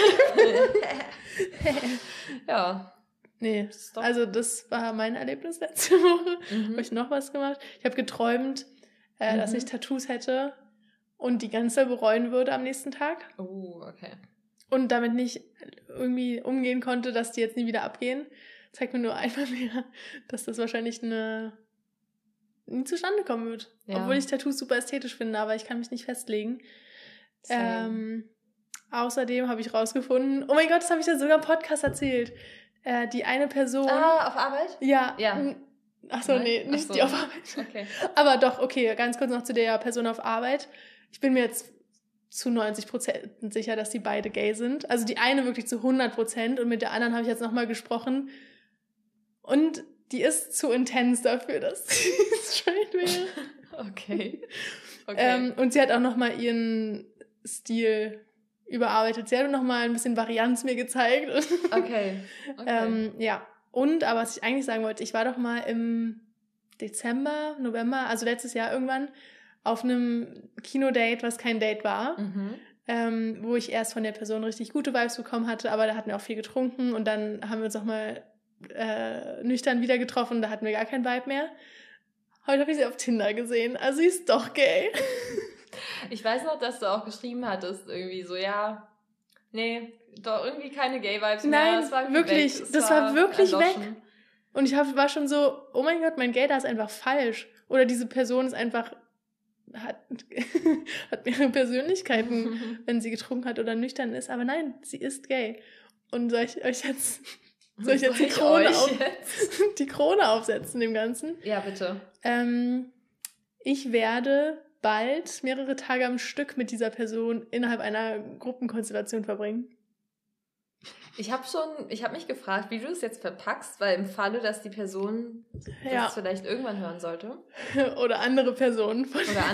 Ja. Nee, also das war mein Erlebnis letzte Woche. Habe ich noch was gemacht? Ich habe geträumt, dass ich Tattoos hätte und die ganze bereuen würde am nächsten Tag. Oh, okay. Und damit nicht irgendwie umgehen konnte, dass die jetzt nie wieder abgehen. Zeigt mir nur einmal mehr, dass das wahrscheinlich nie zustande kommen wird. Ja. Obwohl ich Tattoos super ästhetisch finde, aber ich kann mich nicht festlegen. Außerdem habe ich rausgefunden, oh mein Gott, das habe ich ja sogar im Podcast erzählt. Die eine Person... Ah, auf Arbeit? Ja. Achso, nee, nicht die auf Arbeit. Okay. Aber doch, okay, ganz kurz noch zu der Person auf Arbeit. Ich bin mir jetzt zu 90% sicher, dass die beide gay sind. Also die eine wirklich zu 100% und mit der anderen habe ich jetzt nochmal gesprochen. Und die ist zu intens dafür, dass sie straight wäre. Okay. Und sie hat auch nochmal ihren Stil überarbeitet. Sie hat nochmal ein bisschen Varianz mir gezeigt. Okay. Ja. Und, aber was ich eigentlich sagen wollte, ich war doch mal im November, also letztes Jahr irgendwann, auf einem Kinodate, was kein Date war, wo ich erst von der Person richtig gute Vibes bekommen hatte, aber da hatten wir auch viel getrunken und dann haben wir uns auch mal nüchtern wieder getroffen, da hatten wir gar kein Vibe mehr. Heute habe ich sie auf Tinder gesehen, also sie ist doch gay. Ich weiß noch, dass du auch geschrieben hattest, irgendwie so, ja, nee, doch irgendwie keine Gay-Vibes mehr. Nein, das war wirklich, das war wirklich weg. Und ich war schon so, oh mein Gott, mein Gaydar ist einfach falsch. Oder diese Person ist einfach, hat mehrere Persönlichkeiten, wenn sie getrunken hat oder nüchtern ist. Aber nein, sie ist gay. Und soll ich jetzt die Krone aufsetzen dem Ganzen? Ja, bitte. Ich werde bald mehrere Tage am Stück mit dieser Person innerhalb einer Gruppenkonstellation verbringen. Ich habe mich gefragt, wie du es jetzt verpackst, weil im Falle, dass die Person das vielleicht irgendwann hören sollte. Oder andere Personen.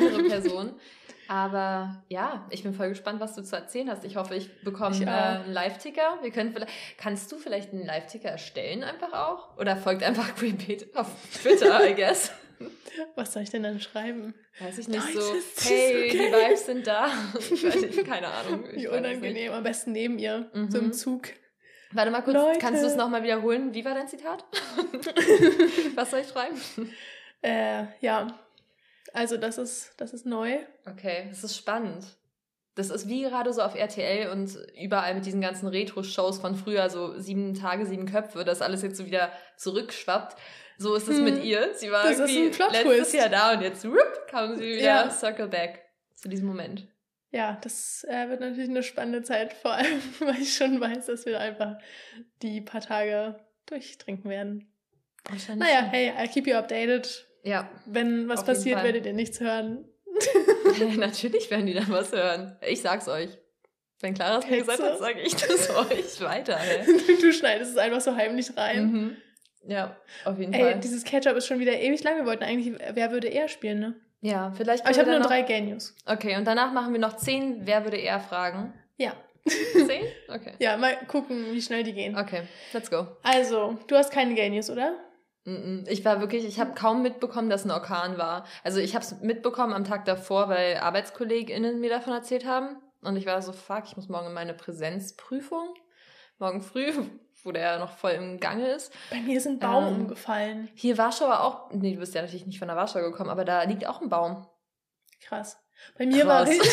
Aber ja, ich bin voll gespannt, was du zu erzählen hast. Ich hoffe, ich bekomme einen Live-Ticker. Kannst du vielleicht einen Live-Ticker erstellen einfach auch? Oder folgt einfach Queen Pete auf Twitter, I guess. Was soll ich denn dann schreiben? Weiß ich nicht, so, hey, okay. Die Vibes sind da. Ich weiß nicht, keine Ahnung. Wie unangenehm, am besten neben ihr, so im Zug. Warte mal kurz, Leute. Kannst du es nochmal wiederholen? Wie war dein Zitat? Was soll ich schreiben? Ja, also das ist neu. Okay, das ist spannend. Das ist wie gerade so auf RTL und überall mit diesen ganzen Retro-Shows von früher, so 7 Tage, 7 Köpfe, das alles jetzt so wieder zurückschwappt. So ist es mit ihr. Sie war irgendwie letztes Jahr da und jetzt kam sie wieder circle back zu diesem Moment. Ja, das wird natürlich eine spannende Zeit, vor allem, weil ich schon weiß, dass wir einfach die paar Tage durchtrinken werden. Naja, hey, I'll keep you updated. Ja. Wenn was passiert, werdet ihr nichts hören. Natürlich werden die dann was hören. Ich sag's euch. Wenn Clara es mir gesagt hat, sage ich das euch weiter. Du schneidest es einfach so heimlich rein. Ja, auf jeden Fall. Dieses Catch-up ist schon wieder ewig lang. Wir wollten eigentlich, wer würde eher spielen, ne? Ja, vielleicht. Aber ich habe nur 3 Gay News. Okay, und danach machen wir noch 10 Wer würde eher fragen. Ja. 10? Okay. Ja, mal gucken, wie schnell die gehen. Okay, let's go. Also, du hast keine Gay News, oder? Ich habe kaum mitbekommen, dass ein Orkan war. Also ich habe es mitbekommen am Tag davor, weil ArbeitskollegInnen mir davon erzählt haben. Und ich war so, fuck, ich muss morgen in meine Präsenzprüfung. Morgen früh, wo der noch voll im Gange ist. Bei mir ist ein Baum umgefallen. Hier Warschau war auch, nee, du bist ja natürlich nicht von der Warschau gekommen, aber da liegt auch ein Baum. Krass. Bei mir war richtig...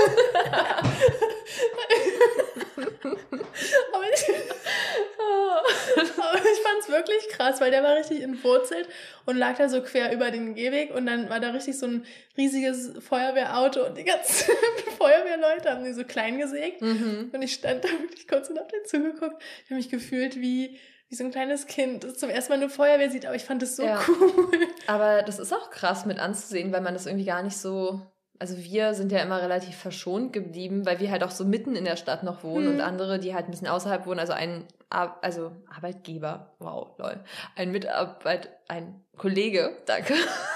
Aber ich fand's wirklich krass, weil der war richtig entwurzelt und lag da so quer über den Gehweg und dann war da richtig so ein riesiges Feuerwehrauto und die ganzen Feuerwehrleute haben die so klein gesägt und ich stand da wirklich kurz und hab denen zugeguckt. Ich habe mich gefühlt wie so ein kleines Kind, das zum ersten Mal eine Feuerwehr sieht, aber ich fand das so cool. Aber das ist auch krass mit anzusehen, weil man das irgendwie gar nicht so... Also wir sind ja immer relativ verschont geblieben, weil wir halt auch so mitten in der Stadt noch wohnen und andere, die halt ein bisschen außerhalb wohnen, also ein Arbeitgeber, wow, lol, ein Kollege, danke.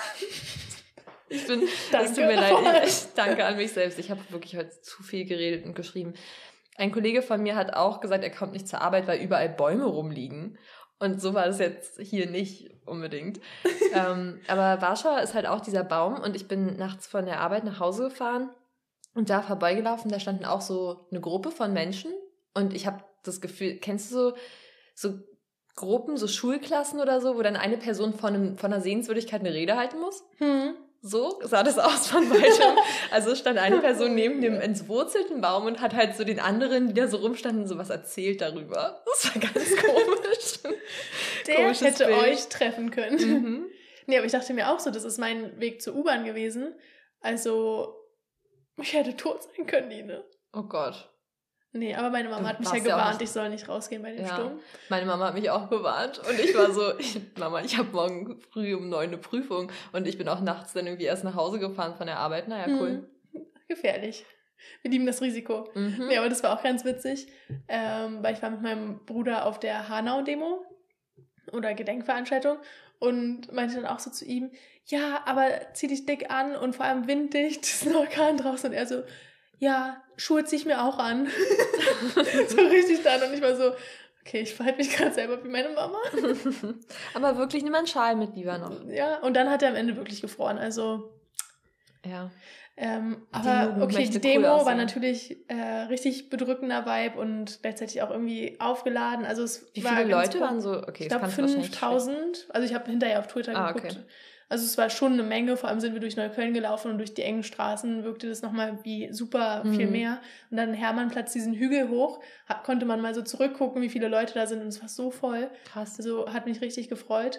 Es tut mir leid, ich danke an mich selbst, ich habe wirklich heute zu viel geredet und geschrieben. Ein Kollege von mir hat auch gesagt, er kommt nicht zur Arbeit, weil überall Bäume rumliegen. Und so war das jetzt hier nicht unbedingt. Aber Warschau ist halt auch dieser Baum und ich bin nachts von der Arbeit nach Hause gefahren und da vorbeigelaufen, da standen auch so eine Gruppe von Menschen und ich habe das Gefühl, kennst du so Gruppen, so Schulklassen oder so, wo dann eine Person von einer Sehenswürdigkeit eine Rede halten muss? So sah das aus von weitem. Also stand eine Person neben dem entwurzelten Baum und hat halt so den anderen, die da so rumstanden, sowas erzählt darüber. Das war ganz komisch. Der hätte euch treffen können. Nee, aber ich dachte mir auch so, das ist mein Weg zur U-Bahn gewesen. Also, ich hätte tot sein können, Nine. Oh Gott. Nee, aber meine Mama hat mich ja gewarnt, ich soll nicht rausgehen bei dem Sturm. Meine Mama hat mich auch gewarnt und ich war so, Mama, ich habe morgen früh um 9 eine Prüfung und ich bin auch nachts dann irgendwie erst nach Hause gefahren von der Arbeit. Naja, cool. Gefährlich. Wir lieben das Risiko. Nee, aber das war auch ganz witzig, weil ich war mit meinem Bruder auf der Hanau-Demo oder Gedenkveranstaltung und meinte dann auch so zu ihm, ja, aber zieh dich dick an und vor allem winddicht, es ist ein Orkan draußen und er so, ja, Schuhe zieh ich mir auch an. So richtig dann. Und ich war so, okay, ich verhalte mich gerade selber wie meine Mama. Aber wirklich nimm einen Schal mit lieber noch. Ja, und dann hat er am Ende wirklich gefroren. Also, ja. Aber okay, die Demo war natürlich richtig bedrückender Vibe und gleichzeitig auch irgendwie aufgeladen. Also wie viele Leute waren so? Okay, ich glaube 5.000. Also ich habe hinterher auf Twitter geguckt. Okay. Also es war schon eine Menge, vor allem sind wir durch Neukölln gelaufen und durch die engen Straßen wirkte das nochmal wie super viel mehr. Und dann Hermannplatz, diesen Hügel hoch, konnte man mal so zurückgucken, wie viele Leute da sind und es war so voll. Krass. Also hat mich richtig gefreut.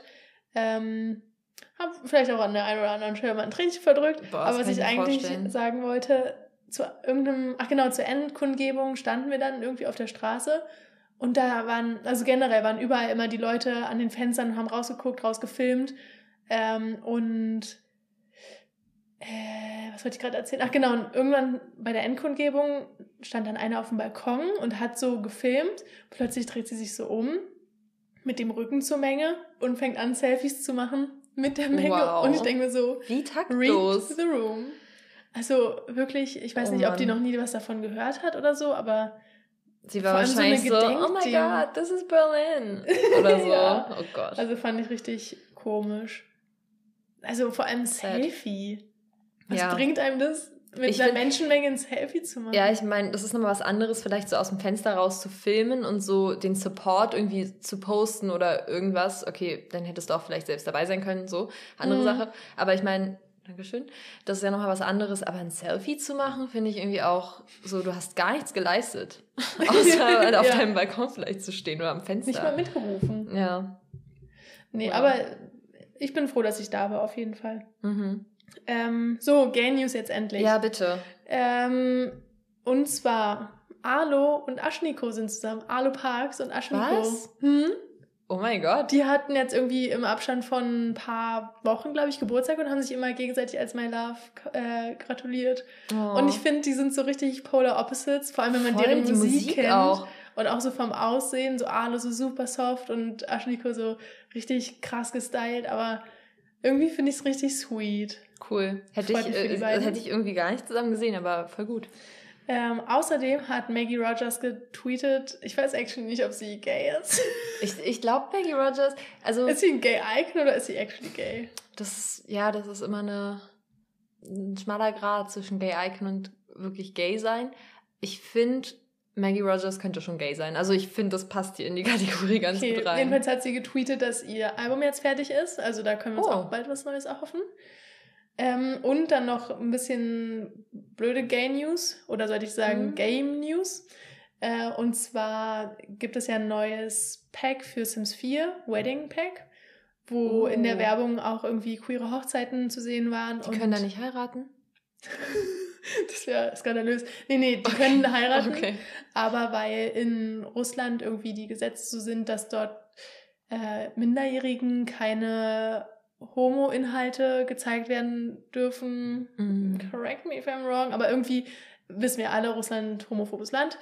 Hab vielleicht auch an der einen oder anderen Stelle mal ein Tränchen verdrückt. Boah, aber was ich eigentlich sagen wollte, zur Endkundgebung standen wir dann irgendwie auf der Straße und da generell waren überall immer die Leute an den Fenstern und haben rausgeguckt, rausgefilmt. Was wollte ich gerade erzählen? Ach genau, und irgendwann bei der Endkundgebung stand dann einer auf dem Balkon und hat so gefilmt. Plötzlich dreht sie sich so um mit dem Rücken zur Menge und fängt an, Selfies zu machen mit der Menge. Wow. Und ich denke mir so, wie taktlos. Read the room. Also wirklich, ich weiß nicht, ob die noch nie was davon gehört hat oder so, aber sie war wahrscheinlich so, oh my God, this is Berlin. Oder so. Ja. Oh Gott. Also fand ich richtig komisch. Also vor allem Selfie. Was bringt einem das, mit einer Menschenmenge ein Selfie zu machen? Ja, ich meine, das ist nochmal was anderes, vielleicht so aus dem Fenster raus zu filmen und so den Support irgendwie zu posten oder irgendwas. Okay, dann hättest du auch vielleicht selbst dabei sein können, so. Andere Sache. Aber ich meine, Dankeschön, das ist ja nochmal was anderes. Aber ein Selfie zu machen, finde ich irgendwie auch so, du hast gar nichts geleistet. Außer auf deinem Balkon vielleicht zu stehen oder am Fenster. Nicht mal mitgerufen. Ja. Nee, aber ich bin froh, dass ich da war, auf jeden Fall. So, Gay News jetzt endlich. Ja, bitte. Und zwar, Alo und Aschniko sind zusammen. Alo Parks und Aschniko. Was? Oh mein Gott. Die hatten jetzt irgendwie im Abstand von ein paar Wochen, glaube ich, Geburtstag und haben sich immer gegenseitig als My Love gratuliert. Oh. Und ich finde, die sind so richtig Polar Opposites, vor allem wenn man deren Musik kennt. Auch. Und auch so vom Aussehen, so Alo so super soft und Aschniko so richtig krass gestylt, aber Irgendwie finde ich es richtig sweet. Cool. Hätte ich irgendwie gar nicht zusammen gesehen, aber voll gut. Außerdem hat Maggie Rogers getweetet, ich weiß actually nicht, ob sie gay ist. Ich glaube, Maggie Rogers, also... Ist sie ein Gay-Icon oder ist sie actually gay? Das ist immer ein schmaler Grat zwischen Gay-Icon und wirklich gay sein. Ich finde, Maggie Rogers könnte schon gay sein. Also ich finde, das passt hier in die Kategorie ganz gut rein. Jedenfalls hat sie getweetet, dass ihr Album jetzt fertig ist. Also da können wir uns auch bald was Neues erhoffen. Und dann noch ein bisschen blöde Gay-News. Oder sollte ich sagen Game-News. Und zwar gibt es ja ein neues Pack für Sims 4, Wedding Pack, wo in der Werbung auch irgendwie queere Hochzeiten zu sehen waren. Die können da nicht heiraten? Das wäre skandalös. Nee, die können heiraten, aber weil in Russland irgendwie die Gesetze so sind, dass dort Minderjährigen keine Homo-Inhalte gezeigt werden dürfen. Correct me if I'm wrong, aber irgendwie wissen wir alle, Russland homophobes Land.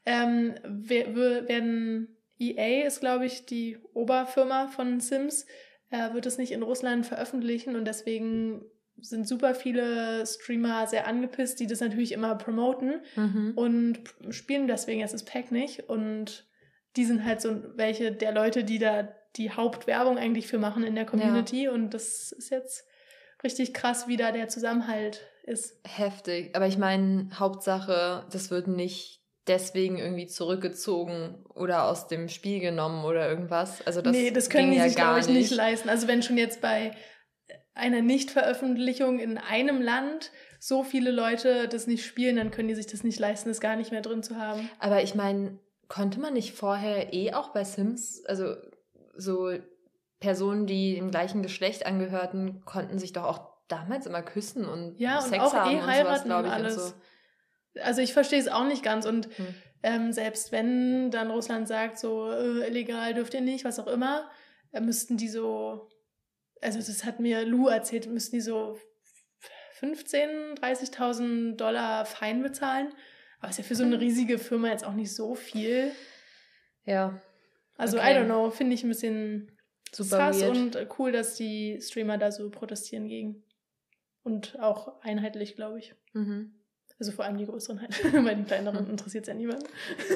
Werden EA ist, glaube ich, die Oberfirma von Sims, wird es nicht in Russland veröffentlichen und deswegen sind super viele Streamer sehr angepisst, die das natürlich immer promoten und spielen deswegen jetzt das Pack nicht. Und die sind halt so welche der Leute, die da die Hauptwerbung eigentlich für machen in der Community. Ja. Und das ist jetzt richtig krass, wie da der Zusammenhalt ist. Heftig. Aber ich meine, Hauptsache, das wird nicht deswegen irgendwie zurückgezogen oder aus dem Spiel genommen oder irgendwas. Also das können die sich, glaube ich, nicht leisten. Also wenn schon jetzt bei einer Nichtveröffentlichung in einem Land so viele Leute das nicht spielen, dann können die sich das nicht leisten, das gar nicht mehr drin zu haben. Aber ich meine, konnte man nicht vorher auch bei Sims, also so Personen, die dem gleichen Geschlecht angehörten, konnten sich doch auch damals immer küssen und Sex auch haben und heiraten sowas, glaube ich. alles. Und so. Also ich verstehe es auch nicht ganz und selbst wenn dann Russland sagt, so illegal dürft ihr nicht, was auch immer, müssten die so, also das hat mir Lou erzählt, müssten die so 15.000, 30.000 $ Fein bezahlen. Aber ist ja für so eine riesige Firma jetzt auch nicht so viel. Ja. Also I don't know, finde ich ein bisschen super krass weird. Und cool, dass die Streamer da so protestieren gegen. Und auch einheitlich, glaube ich. Also vor allem die größeren halt. Bei den kleineren interessiert es ja niemanden.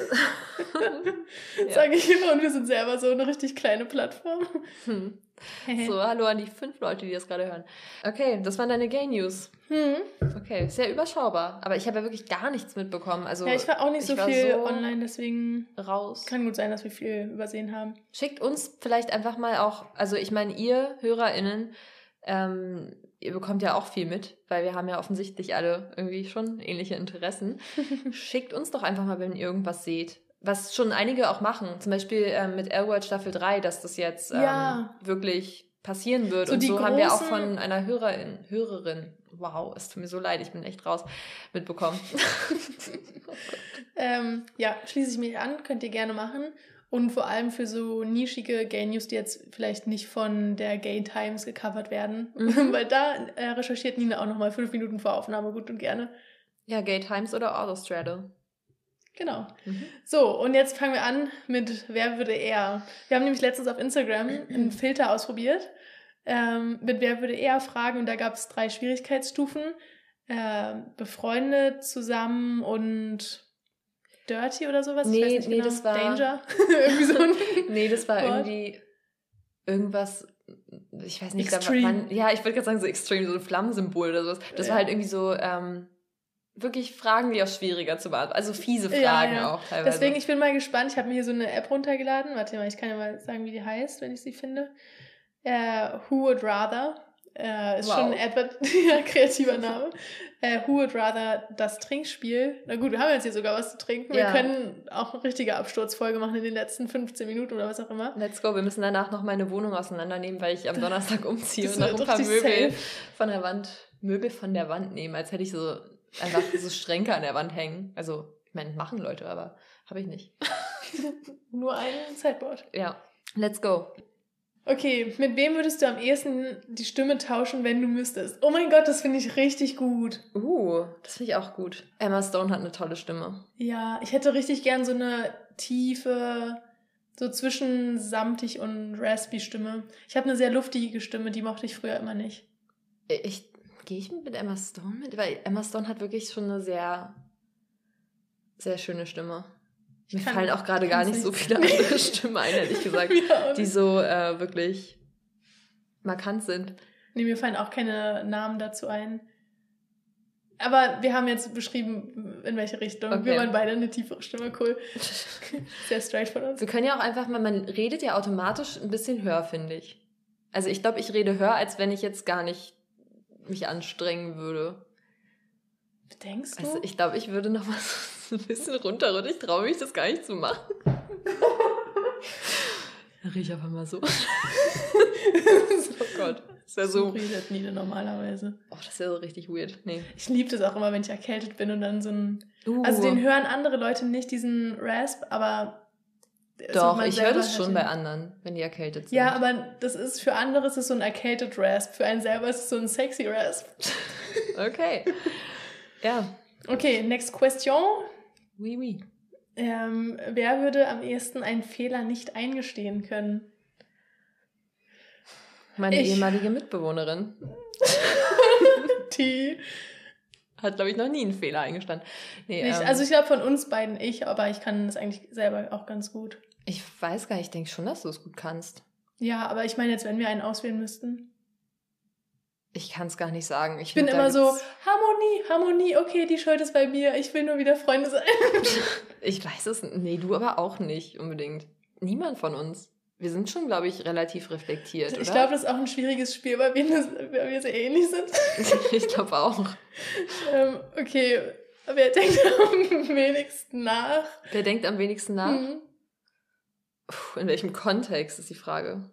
Sage ich immer. Und wir sind selber so eine richtig kleine Plattform. So, hallo an die 5 Leute, die das gerade hören. Okay, das waren deine Gay-News. Okay, sehr überschaubar. Aber ich habe ja wirklich gar nichts mitbekommen. Also, ja, ich war auch nicht so viel online, deswegen raus. Kann gut sein, dass wir viel übersehen haben. Schickt uns vielleicht einfach mal auch, also ich meine, ihr HörerInnen, ihr bekommt ja auch viel mit, weil wir haben ja offensichtlich alle irgendwie schon ähnliche Interessen. Schickt uns doch einfach mal, wenn ihr irgendwas seht. Was schon einige auch machen. Zum Beispiel mit L-Word Staffel 3, dass das jetzt wirklich passieren wird. So und so haben wir auch von einer Hörerin, wow, es tut mir so leid, ich bin echt raus, mitbekommen. Ja, schließe ich mich an, könnt ihr gerne machen. Und vor allem für so nischige Gay-News, die jetzt vielleicht nicht von der Gay Times gecovert werden. Weil da recherchiert Nina auch nochmal 5 Minuten vor Aufnahme gut und gerne. Ja, Gay Times oder Autostraddle. Genau. So, und jetzt fangen wir an mit Wer würde eher? Wir haben nämlich letztens auf Instagram einen Filter ausprobiert mit Wer würde eher Fragen und da gab es 3 Schwierigkeitsstufen. Befreundet, zusammen und Dirty oder sowas? Ich weiß nicht genau. Das war Danger? Irgendwie so ein das war Wort. irgendwie irgendwas, ich weiß nicht. Extreme. Ja, ich wollte gerade sagen, so extrem, so ein Flammensymbol oder sowas. Das war halt irgendwie so, wirklich Fragen, die auch schwieriger zu beantworten. Also fiese Fragen auch teilweise. Deswegen, ich bin mal gespannt. Ich habe mir hier so eine App runtergeladen. Warte mal, ich kann ja mal sagen, wie die heißt, wenn ich sie finde. Who Would Rather. Ist schon ein kreativer Name. Who Would Rather, das Trinkspiel. Na gut, wir haben jetzt hier sogar was zu trinken. Wir können auch eine richtige Absturzfolge machen in den letzten 15 Minuten oder was auch immer. Let's go. Wir müssen danach noch meine Wohnung auseinandernehmen, weil ich am Donnerstag umziehe und noch ein paar Möbel von der Wand nehmen, als hätte ich so einfach so Schränke an der Wand hängen. Also, ich meine, machen Leute, aber habe ich nicht. Nur ein Sideboard. Ja. Let's go. Okay, mit wem würdest du am ehesten die Stimme tauschen, wenn du müsstest? Oh mein Gott, das finde ich richtig gut. Das finde ich auch gut. Emma Stone hat eine tolle Stimme. Ja, ich hätte richtig gern so eine tiefe, So zwischen samtig und raspy Stimme. Ich habe eine sehr luftige Stimme, die mochte ich früher immer nicht. Gehe ich mit Emma Stone mit? Weil Emma Stone hat wirklich schon eine sehr, sehr schöne Stimme. Mir fallen auch gerade gar nicht so viele andere Stimmen ein, ehrlich gesagt, die so wirklich markant sind. Nee, mir fallen auch keine Namen dazu ein. Aber wir haben jetzt beschrieben, in welche Richtung. Okay. Wir wollen beide eine tiefere Stimme, cool. Sehr straight von uns. Wir können ja auch einfach mal, man redet ja automatisch ein bisschen höher, finde ich. Also ich glaube, ich rede höher, als wenn ich jetzt gar nicht mich anstrengen würde. Denkst du? Also ich glaube, ich würde noch mal so ein bisschen runterrutschen. Ich traue mich das gar nicht zu machen. Dann rieche ich einfach mal so. Oh Gott. Das wäre so redet Nina normalerweise. Oh, das wäre so richtig weird. Nee. Ich liebe das auch immer, wenn ich erkältet bin und dann so ein... Also den hören andere Leute nicht, diesen Rasp, aber... Doch, ich höre das schon bei anderen, wenn die erkältet sind. Ja, aber das ist für andere ist es so ein erkältet Rasp. Für einen selber ist es so ein sexy Rasp. Okay. Ja. Okay, next question. Oui, oui. Wer würde am ehesten einen Fehler nicht eingestehen können? Meine ehemalige Mitbewohnerin. Die hat, glaube ich, noch nie einen Fehler eingestanden. Nee, also ich glaube von uns beiden aber ich kann das eigentlich selber auch ganz gut. Ich weiß gar nicht, ich denke schon, dass du es gut kannst. Ja, aber ich meine jetzt, wenn wir einen auswählen müssten. Ich kann es gar nicht sagen. Ich bin immer so, Harmonie, okay, die Schuld ist bei mir, ich will nur wieder Freunde sein. Ich weiß es, nee, du aber auch nicht unbedingt. Niemand von uns. Wir sind schon, glaube ich, relativ reflektiert, oder? Ich glaube, das ist auch ein schwieriges Spiel, weil wir sehr ähnlich sind. Ich glaube auch. Okay, wer denkt am wenigsten nach? Wer denkt am wenigsten nach? Mhm. In welchem Kontext ist die Frage?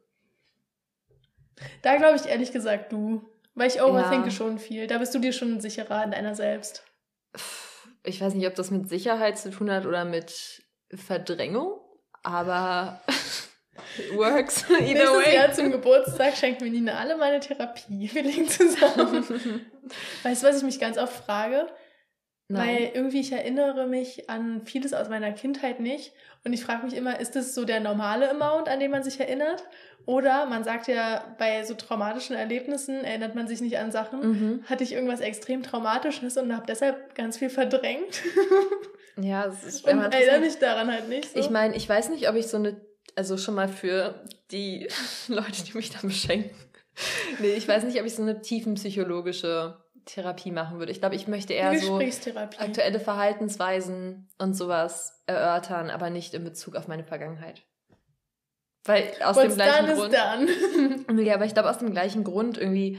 Da glaube ich ehrlich gesagt du. Weil ich overthinke schon viel. Da bist du dir schon sicherer in deiner selbst. Ich weiß nicht, ob das mit Sicherheit zu tun hat oder mit Verdrängung, aber... Works, either way. Nächstes Jahr zum Geburtstag schenkt mir Nina alle meine Therapie. Wir legen zusammen. Weißt du, was ich mich ganz oft frage? Nein. Weil irgendwie ich erinnere mich an vieles aus meiner Kindheit nicht. Und ich frage mich immer, ist das so der normale Amount, an den man sich erinnert? Oder man sagt ja, bei so traumatischen Erlebnissen erinnert man sich nicht an Sachen. Hatte ich irgendwas extrem Traumatisches und habe deshalb ganz viel verdrängt. Ja, das ist und erinnere mich daran halt nicht so. Ich meine, ich weiß nicht, ob ich so eine... Also schon mal für die Leute, die mich dann beschenken. Nee, ich weiß nicht, ob ich so eine tiefenpsychologische Therapie machen würde. Ich glaube, ich möchte eher so aktuelle Verhaltensweisen und sowas erörtern, aber nicht in Bezug auf meine Vergangenheit. Weil aus dem gleichen Grund... Ja, aber ich glaube, aus dem gleichen Grund irgendwie...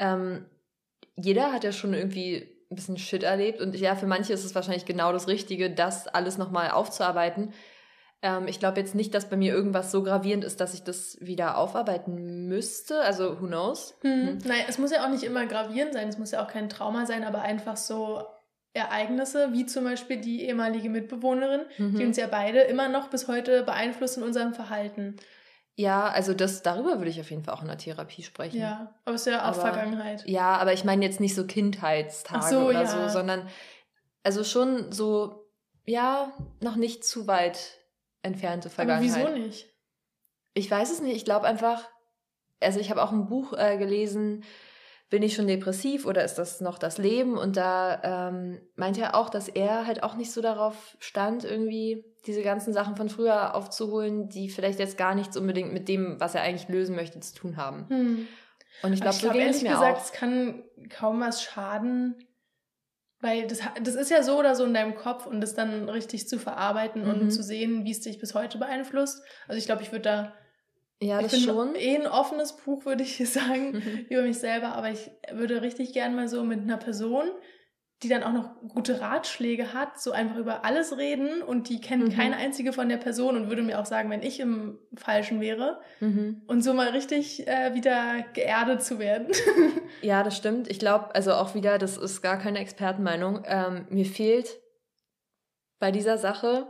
jeder hat ja schon irgendwie ein bisschen Shit erlebt und ja, für manche ist es wahrscheinlich genau das Richtige, das alles nochmal aufzuarbeiten. Ich glaube jetzt nicht, dass bei mir irgendwas so gravierend ist, dass ich das wieder aufarbeiten müsste. Also, who knows? Nein, es muss ja auch nicht immer gravierend sein. Es muss ja auch kein Trauma sein, aber einfach so Ereignisse, wie zum Beispiel die ehemalige Mitbewohnerin, die uns ja beide immer noch bis heute beeinflussen in unserem Verhalten. Ja, also darüber würde ich auf jeden Fall auch in der Therapie sprechen. Ja, aber es ist ja auch Vergangenheit. Ja, aber ich meine jetzt nicht so Kindheitstage oder so, sondern also schon so, ja, noch nicht zu weit entfernte Vergangenheit. Aber wieso nicht? Ich weiß es nicht. Ich glaube einfach, also ich habe auch ein Buch gelesen, bin ich schon depressiv oder ist das noch das Leben? Und da meinte er auch, dass er halt auch nicht so darauf stand, irgendwie diese ganzen Sachen von früher aufzuholen, die vielleicht jetzt gar nichts unbedingt mit dem, was er eigentlich lösen möchte, zu tun haben. Und ich glaube, so ging es mir auch. Ehrlich gesagt, es kann kaum was schaden, weil das ist ja so oder so in deinem Kopf und das dann richtig zu verarbeiten und zu sehen, wie es dich bis heute beeinflusst. Also ich glaube, ich würde da... Ja, das schon. Ein offenes Buch, würde ich sagen, über mich selber. Aber ich würde richtig gern mal so mit einer Person, die dann auch noch gute Ratschläge hat, so einfach über alles reden und die kennt keine einzige von der Person und würde mir auch sagen, wenn ich im Falschen wäre und so mal richtig wieder geerdet zu werden. Ja, das stimmt. Ich glaube, also auch wieder, das ist gar keine Expertenmeinung. Mir fehlt bei dieser Sache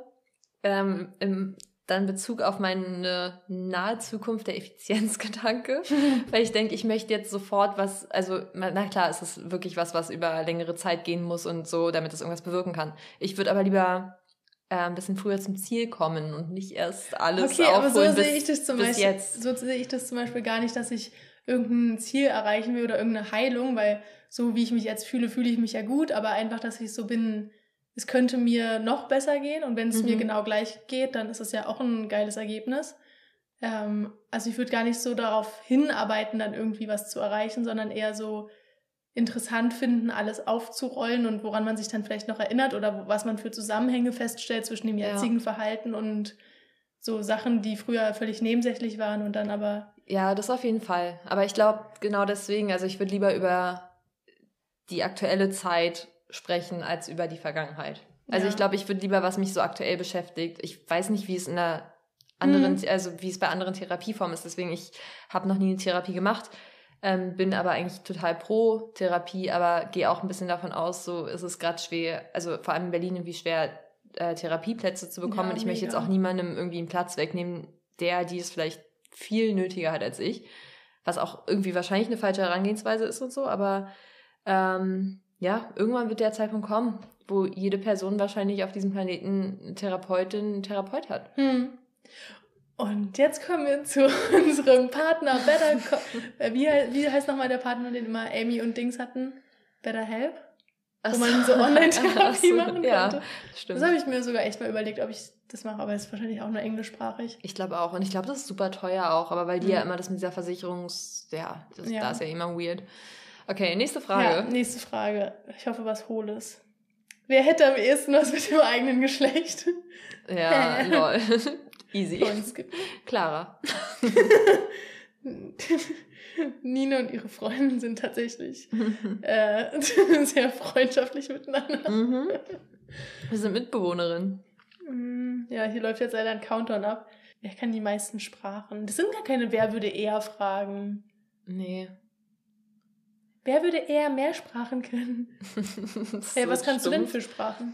dann Bezug auf meine nahe Zukunft der Effizienzgedanke, weil ich denke, ich möchte jetzt sofort was, also na klar, es ist wirklich was über längere Zeit gehen muss und so, damit es irgendwas bewirken kann. Ich würde aber lieber ein bisschen früher zum Ziel kommen und nicht erst alles okay, aber aufholen so sehe ich das bis jetzt. So sehe ich das zum Beispiel gar nicht, dass ich irgendein Ziel erreichen will oder irgendeine Heilung, weil so wie ich mich jetzt fühle, fühle ich mich ja gut, aber einfach, dass ich so bin, es könnte mir noch besser gehen und wenn es mir genau gleich geht, dann ist es ja auch ein geiles Ergebnis. Also ich würde gar nicht so darauf hinarbeiten, dann irgendwie was zu erreichen, sondern eher so interessant finden, alles aufzurollen und woran man sich dann vielleicht noch erinnert oder was man für Zusammenhänge feststellt zwischen dem jetzigen Verhalten und so Sachen, die früher völlig nebensächlich waren und dann aber... Ja, das auf jeden Fall. Aber ich glaube, genau deswegen, also ich würde lieber über die aktuelle Zeit sprechen als über die Vergangenheit. Also ich glaube, ich würde lieber, was mich so aktuell beschäftigt. Ich weiß nicht, wie es in der anderen, also wie es bei anderen Therapieformen ist. Deswegen, ich habe noch nie eine Therapie gemacht. Bin aber eigentlich total pro Therapie, aber gehe auch ein bisschen davon aus, so ist es gerade schwer, also vor allem in Berlin irgendwie schwer, Therapieplätze zu bekommen. Und ich möchte jetzt auch niemandem irgendwie einen Platz wegnehmen, die es vielleicht viel nötiger hat als ich. Was auch irgendwie wahrscheinlich eine falsche Herangehensweise ist und so, aber irgendwann wird der Zeitpunkt kommen, wo jede Person wahrscheinlich auf diesem Planeten eine Therapeutin, einen Therapeut hat. Und jetzt kommen wir zu unserem Partner wie heißt nochmal der Partner, den immer Amy und Dings hatten? BetterHelp? Wo man so Online-Therapie machen konnte. Ja, stimmt. Das habe ich mir sogar echt mal überlegt, ob ich das mache, aber es ist wahrscheinlich auch nur englischsprachig. Ich glaube auch. Und ich glaube, das ist super teuer auch, aber weil die ja immer das mit dieser da ist ja immer weird. Okay, nächste Frage. Ja, nächste Frage. Ich hoffe, was Hohles. Wer hätte am ehesten was mit dem eigenen Geschlecht? Ja, lol. Easy. Clara. Nina und ihre Freundin sind tatsächlich sehr freundschaftlich miteinander. Wir sind Mitbewohnerinnen. Ja, hier läuft jetzt leider ein Countdown ab. Wer kann die meisten Sprachen? Das sind gar keine Wer würde eher Fragen. Nee. Wer würde eher mehr Sprachen können? Hey, was kannst du denn für Sprachen?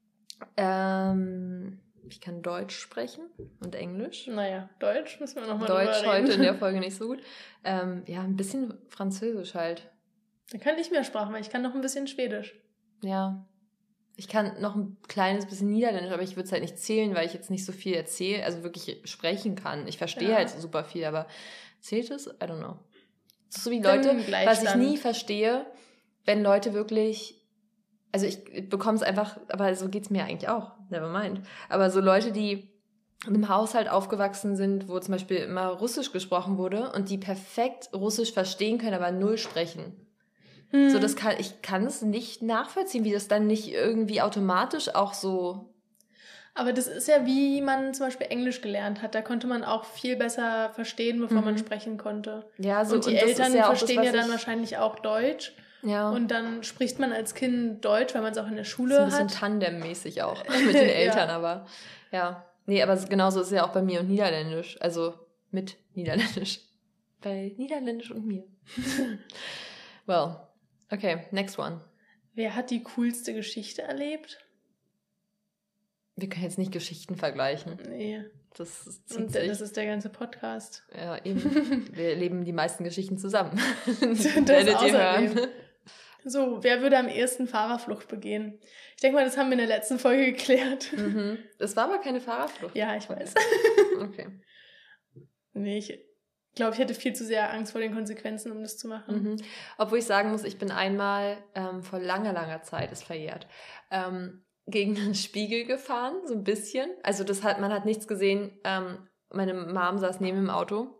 Ich kann Deutsch sprechen und Englisch. Naja, Deutsch müssen wir nochmal drüber reden. Deutsch heute in der Folge nicht so gut. Ein bisschen Französisch halt. Dann kann ich mehr Sprachen, weil ich kann noch ein bisschen Schwedisch. Ja. Ich kann noch ein kleines bisschen Niederländisch, aber ich würde es halt nicht zählen, weil ich jetzt nicht so viel erzähle, also wirklich sprechen kann. Ich verstehe halt super viel, aber zählt es? I don't know. Das ist so wie Leute, was ich nie verstehe, wenn Leute wirklich, also ich bekomme es einfach, aber so geht's mir eigentlich auch, never mind. Aber so Leute, die in einem Haushalt aufgewachsen sind, wo zum Beispiel immer Russisch gesprochen wurde und die perfekt Russisch verstehen können, aber null sprechen. So, ich kann es nicht nachvollziehen, wie das dann nicht irgendwie automatisch auch so... Aber das ist ja, wie man zum Beispiel Englisch gelernt hat. Da konnte man auch viel besser verstehen, bevor man sprechen konnte. Ja, so, und die Eltern verstehen ja dann wahrscheinlich auch Deutsch. Ja. Und dann spricht man als Kind Deutsch, weil man es auch in der Schule hat. Das ist ein bisschen tandemmäßig auch mit den Eltern, aber ja. Nee, aber genauso ist es ja auch bei mir und Niederländisch. Also mit Niederländisch. Bei Niederländisch und mir. Well, okay, next one. Wer hat die coolste Geschichte erlebt? Wir können jetzt nicht Geschichten vergleichen. Nee. Das ist der ganze Podcast. Ja, eben. Wir erleben die meisten Geschichten zusammen. Das werdet ihr hören. So, wer würde am ehesten Fahrerflucht begehen? Ich denke mal, das haben wir in der letzten Folge geklärt. Das war aber keine Fahrerflucht. Ja, ich weiß. Okay. Nee, ich glaube, ich hätte viel zu sehr Angst vor den Konsequenzen, um das zu machen. Obwohl ich sagen muss, ich bin einmal vor langer, langer Zeit, ist verjährt, gegen einen Spiegel gefahren, so ein bisschen. Also man hat nichts gesehen. Meine Mom saß neben dem Auto.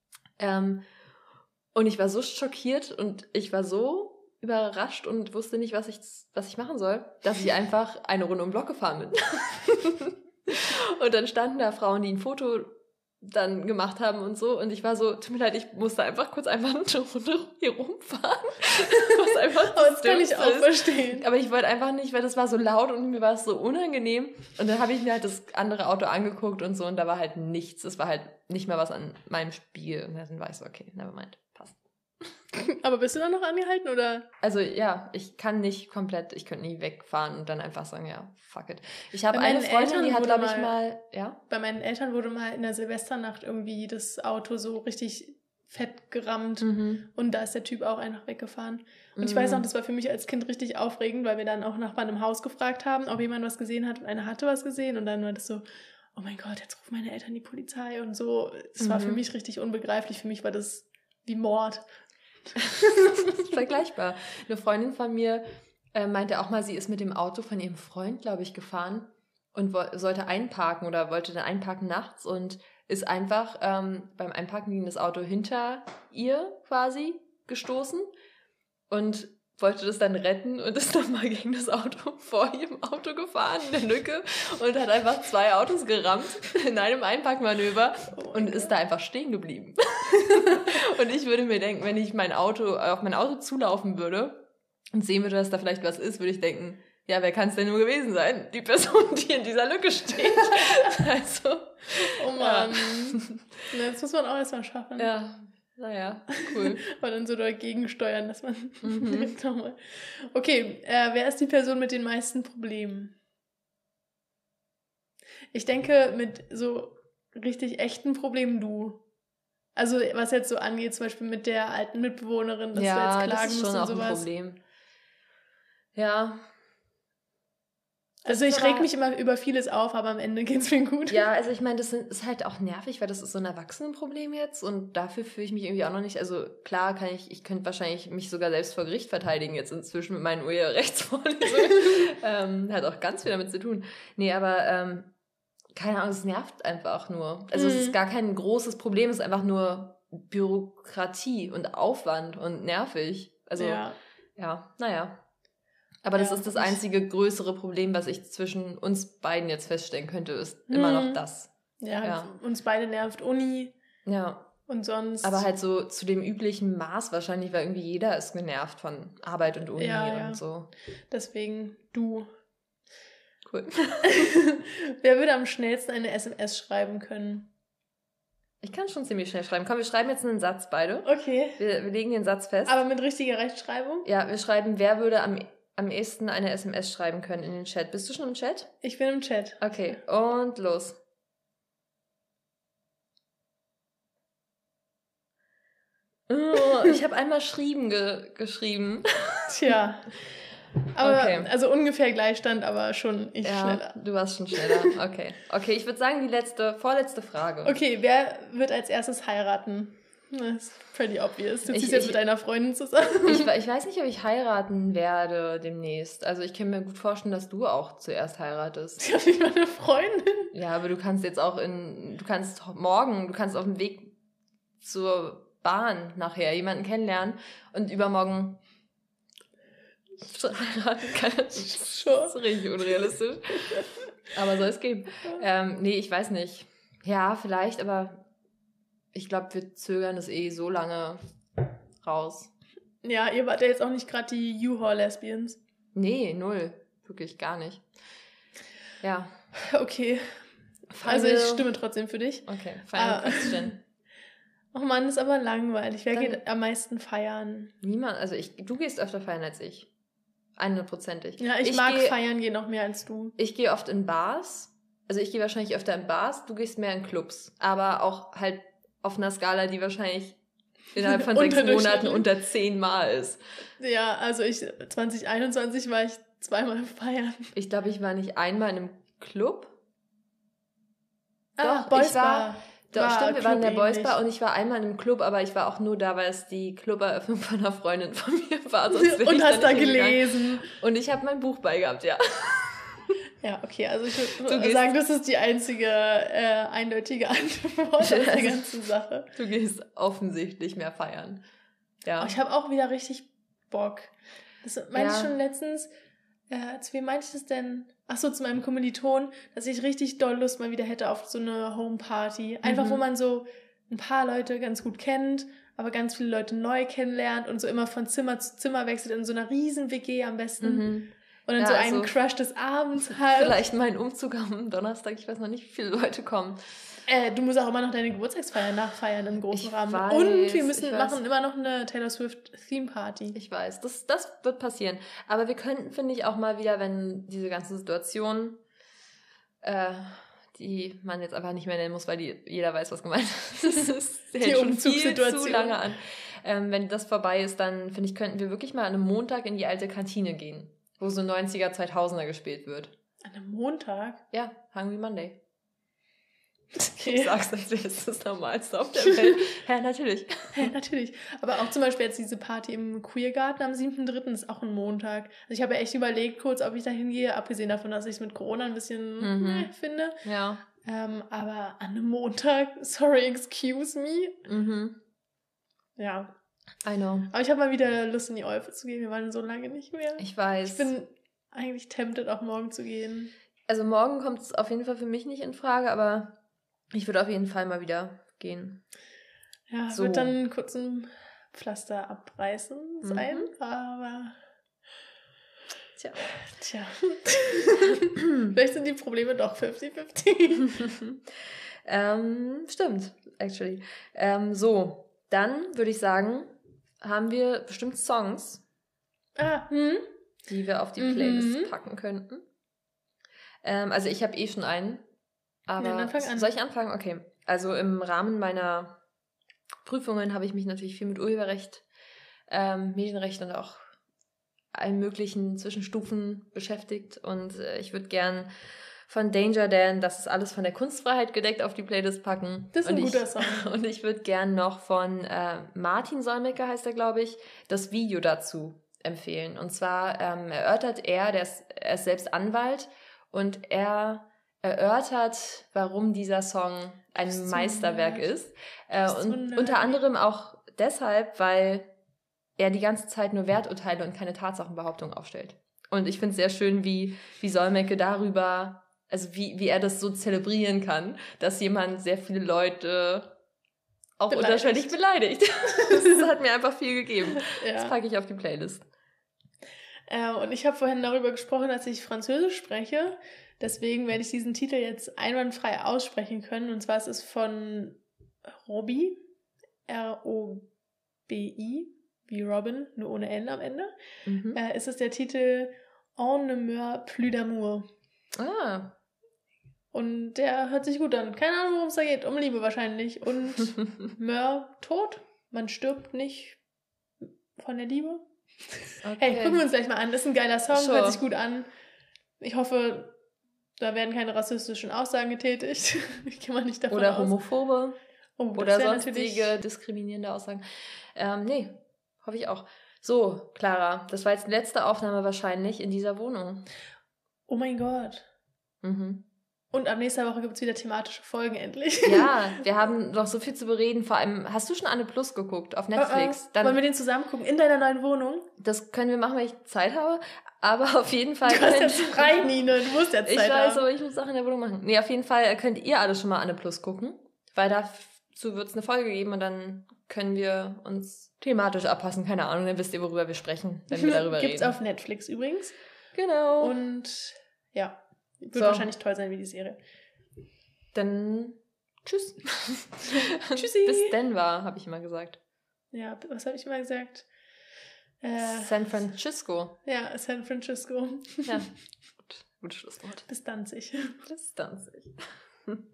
Und ich war so schockiert und ich war so überrascht und wusste nicht, was ich machen soll, dass ich einfach eine Runde um den Block gefahren bin. Und dann standen da Frauen, die ein Foto dann gemacht haben und so. Und ich war so, tut mir leid, ich musste einfach kurz eine Runde hier rumfahren. Was einfach das kann ich auch verstehen. Aber ich wollte einfach nicht, weil das war so laut und mir war es so unangenehm. Und dann habe ich mir halt das andere Auto angeguckt und so und da war halt nichts. Es war halt nicht mehr was an meinem Spiegel. Und dann war ich so, okay, never mind, passt. Aber bist du dann noch angehalten, oder? Also ja, ich könnte nie wegfahren und dann einfach sagen, ja, fuck it. Ich habe eine Freundin, die hat, glaube ich, mal, ja? Bei meinen Eltern wurde mal in der Silvesternacht irgendwie das Auto so richtig fett gerammt und da ist der Typ auch einfach weggefahren. Und ich weiß noch, das war für mich als Kind richtig aufregend, weil wir dann auch Nachbarn im Haus gefragt haben, ob jemand was gesehen hat und einer hatte was gesehen und dann war das so, oh mein Gott, jetzt rufen meine Eltern die Polizei und so. Das war für mich richtig unbegreiflich. Für mich war das wie Mord. Das ist vergleichbar. Eine Freundin von mir meinte auch mal, sie ist mit dem Auto von ihrem Freund, glaube ich, gefahren und sollte einparken oder wollte dann einparken nachts und ist einfach beim Einparken gegen das Auto hinter ihr quasi gestoßen und wollte das dann retten und ist dann mal gegen das Auto vor ihrem Auto gefahren in der Lücke und hat einfach 2 Autos gerammt in einem Einparkmanöver und ist da einfach stehen geblieben. Und ich würde mir denken, wenn ich auf mein Auto zulaufen würde und sehen würde, dass da vielleicht was ist, würde ich denken, ja, wer kann es denn nur gewesen sein? Die Person, die in dieser Lücke steht. Also. Oh Mann. Ja. Das muss man auch erstmal schaffen. Ja. Naja, cool. Aber dann so dagegen steuern, dass man... Okay, wer ist die Person mit den meisten Problemen? Ich denke, mit so richtig echten Problemen du. Also was jetzt so angeht, zum Beispiel mit der alten Mitbewohnerin, dass du jetzt klagen musst und sowas. Ja, das ist schon auch ein Problem. Ja. Also ich reg mich immer über vieles auf, aber am Ende geht's mir gut. Ja, also ich meine, das ist halt auch nervig, weil das ist so ein Erwachsenenproblem jetzt und dafür fühle ich mich irgendwie auch noch nicht, also klar ich könnte wahrscheinlich mich sogar selbst vor Gericht verteidigen jetzt inzwischen mit meinen Urheberrechtsvorlesungen. Hat auch ganz viel damit zu tun. Nee, aber keine Ahnung, es nervt einfach nur. Also es ist gar kein großes Problem, es ist einfach nur Bürokratie und Aufwand und nervig. Also naja. Aber das ist das einzige größere Problem, was ich zwischen uns beiden jetzt feststellen könnte, ist immer noch das. Ja, uns beide nervt Uni. Ja. Und sonst... Aber halt so zu dem üblichen Maß wahrscheinlich, weil irgendwie jeder ist genervt von Arbeit und Uni und so. Deswegen du. Cool. Wer würde am schnellsten eine SMS schreiben können? Ich kann schon ziemlich schnell schreiben. Komm, wir schreiben jetzt einen Satz beide. Okay. Wir legen den Satz fest. Aber mit richtiger Rechtschreibung? Ja, wir schreiben, wer würde am ehesten eine SMS schreiben können in den Chat. Bist du schon im Chat? Ich bin im Chat. Okay, und los. Oh, ich habe einmal schrieben geschrieben. Tja. Aber, also ungefähr Gleichstand, aber schon schneller. Du warst schon schneller. Okay, ich würde sagen, die vorletzte Frage. Okay, wer wird als erstes heiraten? Das ist pretty obvious. Du ziehst jetzt mit deiner Freundin zusammen. Ich weiß nicht, ob ich heiraten werde demnächst. Also ich kann mir gut vorstellen, dass du auch zuerst heiratest. Ich habe nicht meine Freundin. Ja, aber du kannst jetzt auch auf dem Weg zur Bahn nachher jemanden kennenlernen und übermorgen heiraten kann. Das ist richtig unrealistisch. Aber soll es geben. Nee, ich weiß nicht. Ja, vielleicht, aber ich glaube, wir zögern das so lange raus. Ja, ihr wart ja jetzt auch nicht gerade die U-Haul-Lesbians. Nee, 0. Wirklich gar nicht. Ja. Okay. Also ich stimme trotzdem für dich. Okay, Final Question. Oh Mann, ist aber langweilig. Wer geht am meisten feiern? Niemand. Also du gehst öfter feiern als ich. 100%ig. Ja, ich mag feiern gehen noch mehr als du. Ich gehe oft in Bars. Also ich gehe wahrscheinlich öfter in Bars. Du gehst mehr in Clubs. Aber auch halt auf einer Skala, die wahrscheinlich innerhalb von 6 Monaten unter 10 Mal ist. Ja, also 2021 war ich 2-mal feiern. Ich glaube, ich war nicht einmal in einem Club. Doch, Boys Bar. Doch, stimmt, wir waren in der Boys Bar und ich war einmal in einem Club, aber ich war auch nur da, weil es die Cluberöffnung von einer Freundin von mir war. Und hast da gelesen. Und ich habe mein Buch beigehabt, ja. Ja, okay, also ich würde sagen, das ist die einzige eindeutige Antwort aus der ganzen Sache. Du gehst offensichtlich mehr feiern. Ja. Oh, ich habe auch wieder richtig Bock. Das meinte ich schon letztens. Zu wem meinte ich das denn? Ach so, zu meinem Kommiliton, dass ich richtig doll Lust mal wieder hätte auf so eine Homeparty. Einfach, wo man so ein paar Leute ganz gut kennt, aber ganz viele Leute neu kennenlernt und so immer von Zimmer zu Zimmer wechselt, in so einer riesen WG am besten. Und dann so einen Crush des Abends halt. Vielleicht mal einen Umzug am Donnerstag, ich weiß noch nicht, wie viele Leute kommen. Du musst auch immer noch deine Geburtstagsfeier nachfeiern im großen Rahmen. Und wir machen immer noch eine Taylor Swift Theme Party. Ich weiß, das wird passieren. Aber wir könnten, finde ich, auch mal wieder, wenn diese ganze Situation, die man jetzt einfach nicht mehr nennen muss, weil jeder weiß, was gemeint ist. Das ist Die schon viel Umzugssituation. zu lange an. Wenn das vorbei ist, dann finde ich, könnten wir wirklich mal an einem Montag in die alte Kantine gehen, wo so 90er, 2000er gespielt wird. An einem Montag? Ja, Hungry Monday. Okay. Ich sag's, als wäre es das Normalste auf der Welt. Ja, natürlich. Ja, natürlich. Aber auch zum Beispiel jetzt diese Party im Queergarten am 7.3. ist auch ein Montag. Also ich habe echt überlegt kurz, ob ich da hingehe, abgesehen davon, dass ich es mit Corona ein bisschen finde. Ja. Aber an einem Montag, sorry, excuse me. Ja. I know. Aber ich habe mal wieder Lust, in die Olfe zu gehen. Wir waren so lange nicht mehr. Ich weiß. Ich bin eigentlich tempted, auch morgen zu gehen. Also morgen kommt es auf jeden Fall für mich nicht in Frage, aber ich würde auf jeden Fall mal wieder gehen. Ja, So. wird dann kurz ein Pflaster abreißen sein, aber Tja. Vielleicht sind die Probleme doch 50-50. Stimmt, actually. So, dann würde ich sagen, haben wir bestimmt Songs, die wir auf die Playlist packen könnten. Also ich habe schon einen. Aber ja, dann fang an. Soll ich anfangen? Okay. Also im Rahmen meiner Prüfungen habe ich mich natürlich viel mit Urheberrecht, Medienrecht und auch allen möglichen Zwischenstufen beschäftigt. Und ich würde gern von Danger Dan, das ist alles von der Kunstfreiheit gedeckt, auf die Playlist packen. Das ist ein guter Song. Und ich würde gern noch von Martin Solmecke, heißt er, glaube ich, das Video dazu empfehlen. Und zwar erörtert er ist selbst Anwalt und er erörtert, warum dieser Song ein Meisterwerk ist. Und unter anderem auch deshalb, weil er die ganze Zeit nur Werturteile und keine Tatsachenbehauptungen aufstellt. Und ich finde es sehr schön, wie Solmecke darüber, also wie er das so zelebrieren kann, dass jemand sehr viele Leute auch unterschwellig beleidigt. Das hat mir einfach viel gegeben. Ja. Das packe ich auf die Playlist. Und ich habe vorhin darüber gesprochen, dass ich Französisch spreche. Deswegen werde ich diesen Titel jetzt einwandfrei aussprechen können. Und zwar ist es von Robi, R-O-B-I, wie Robin, nur ohne N am Ende. Ist es der Titel On ne meurt plus d'amour. Ah. Und der hört sich gut an. Keine Ahnung, worum es da geht. Um Liebe wahrscheinlich. Und meurt, tot. Man stirbt nicht von der Liebe. Okay. Hey, gucken wir uns gleich mal an. Das ist ein geiler Song, hört sich gut an. Ich hoffe, da werden keine rassistischen Aussagen getätigt. Ich gehe mal nicht davon aus. Oder homophobe. Oder sonstige diskriminierende Aussagen. Nee, hoffe ich auch. So, Clara, das war jetzt die letzte Aufnahme wahrscheinlich in dieser Wohnung. Oh mein Gott. Und ab nächster Woche gibt es wieder thematische Folgen endlich. Ja, wir haben noch so viel zu bereden. Vor allem, hast du schon Anne Plus geguckt auf Netflix? Dann wollen wir den zusammen gucken in deiner neuen Wohnung? Das können wir machen, wenn ich Zeit habe. Aber auf jeden Fall... Du hast jetzt frei, Nina. Du musst jetzt Zeit haben. Ich weiß, aber ich muss Sachen in der Wohnung machen. Nee, auf jeden Fall könnt ihr alle schon mal Anne Plus gucken. Weil dazu wird es eine Folge geben und dann können wir uns thematisch abpassen. Keine Ahnung, dann wisst ihr, worüber wir sprechen, wenn wir darüber reden. Gibt's auf Netflix übrigens. Genau. Und ja, wird wahrscheinlich toll sein wie die Serie. Dann tschüss. Tschüssi. Bis Denver, habe ich immer gesagt. Ja, was habe ich immer gesagt? San Francisco. Ja, San Francisco. Ja, gutes Schlusswort. Bis Danzig. Bis Danzig.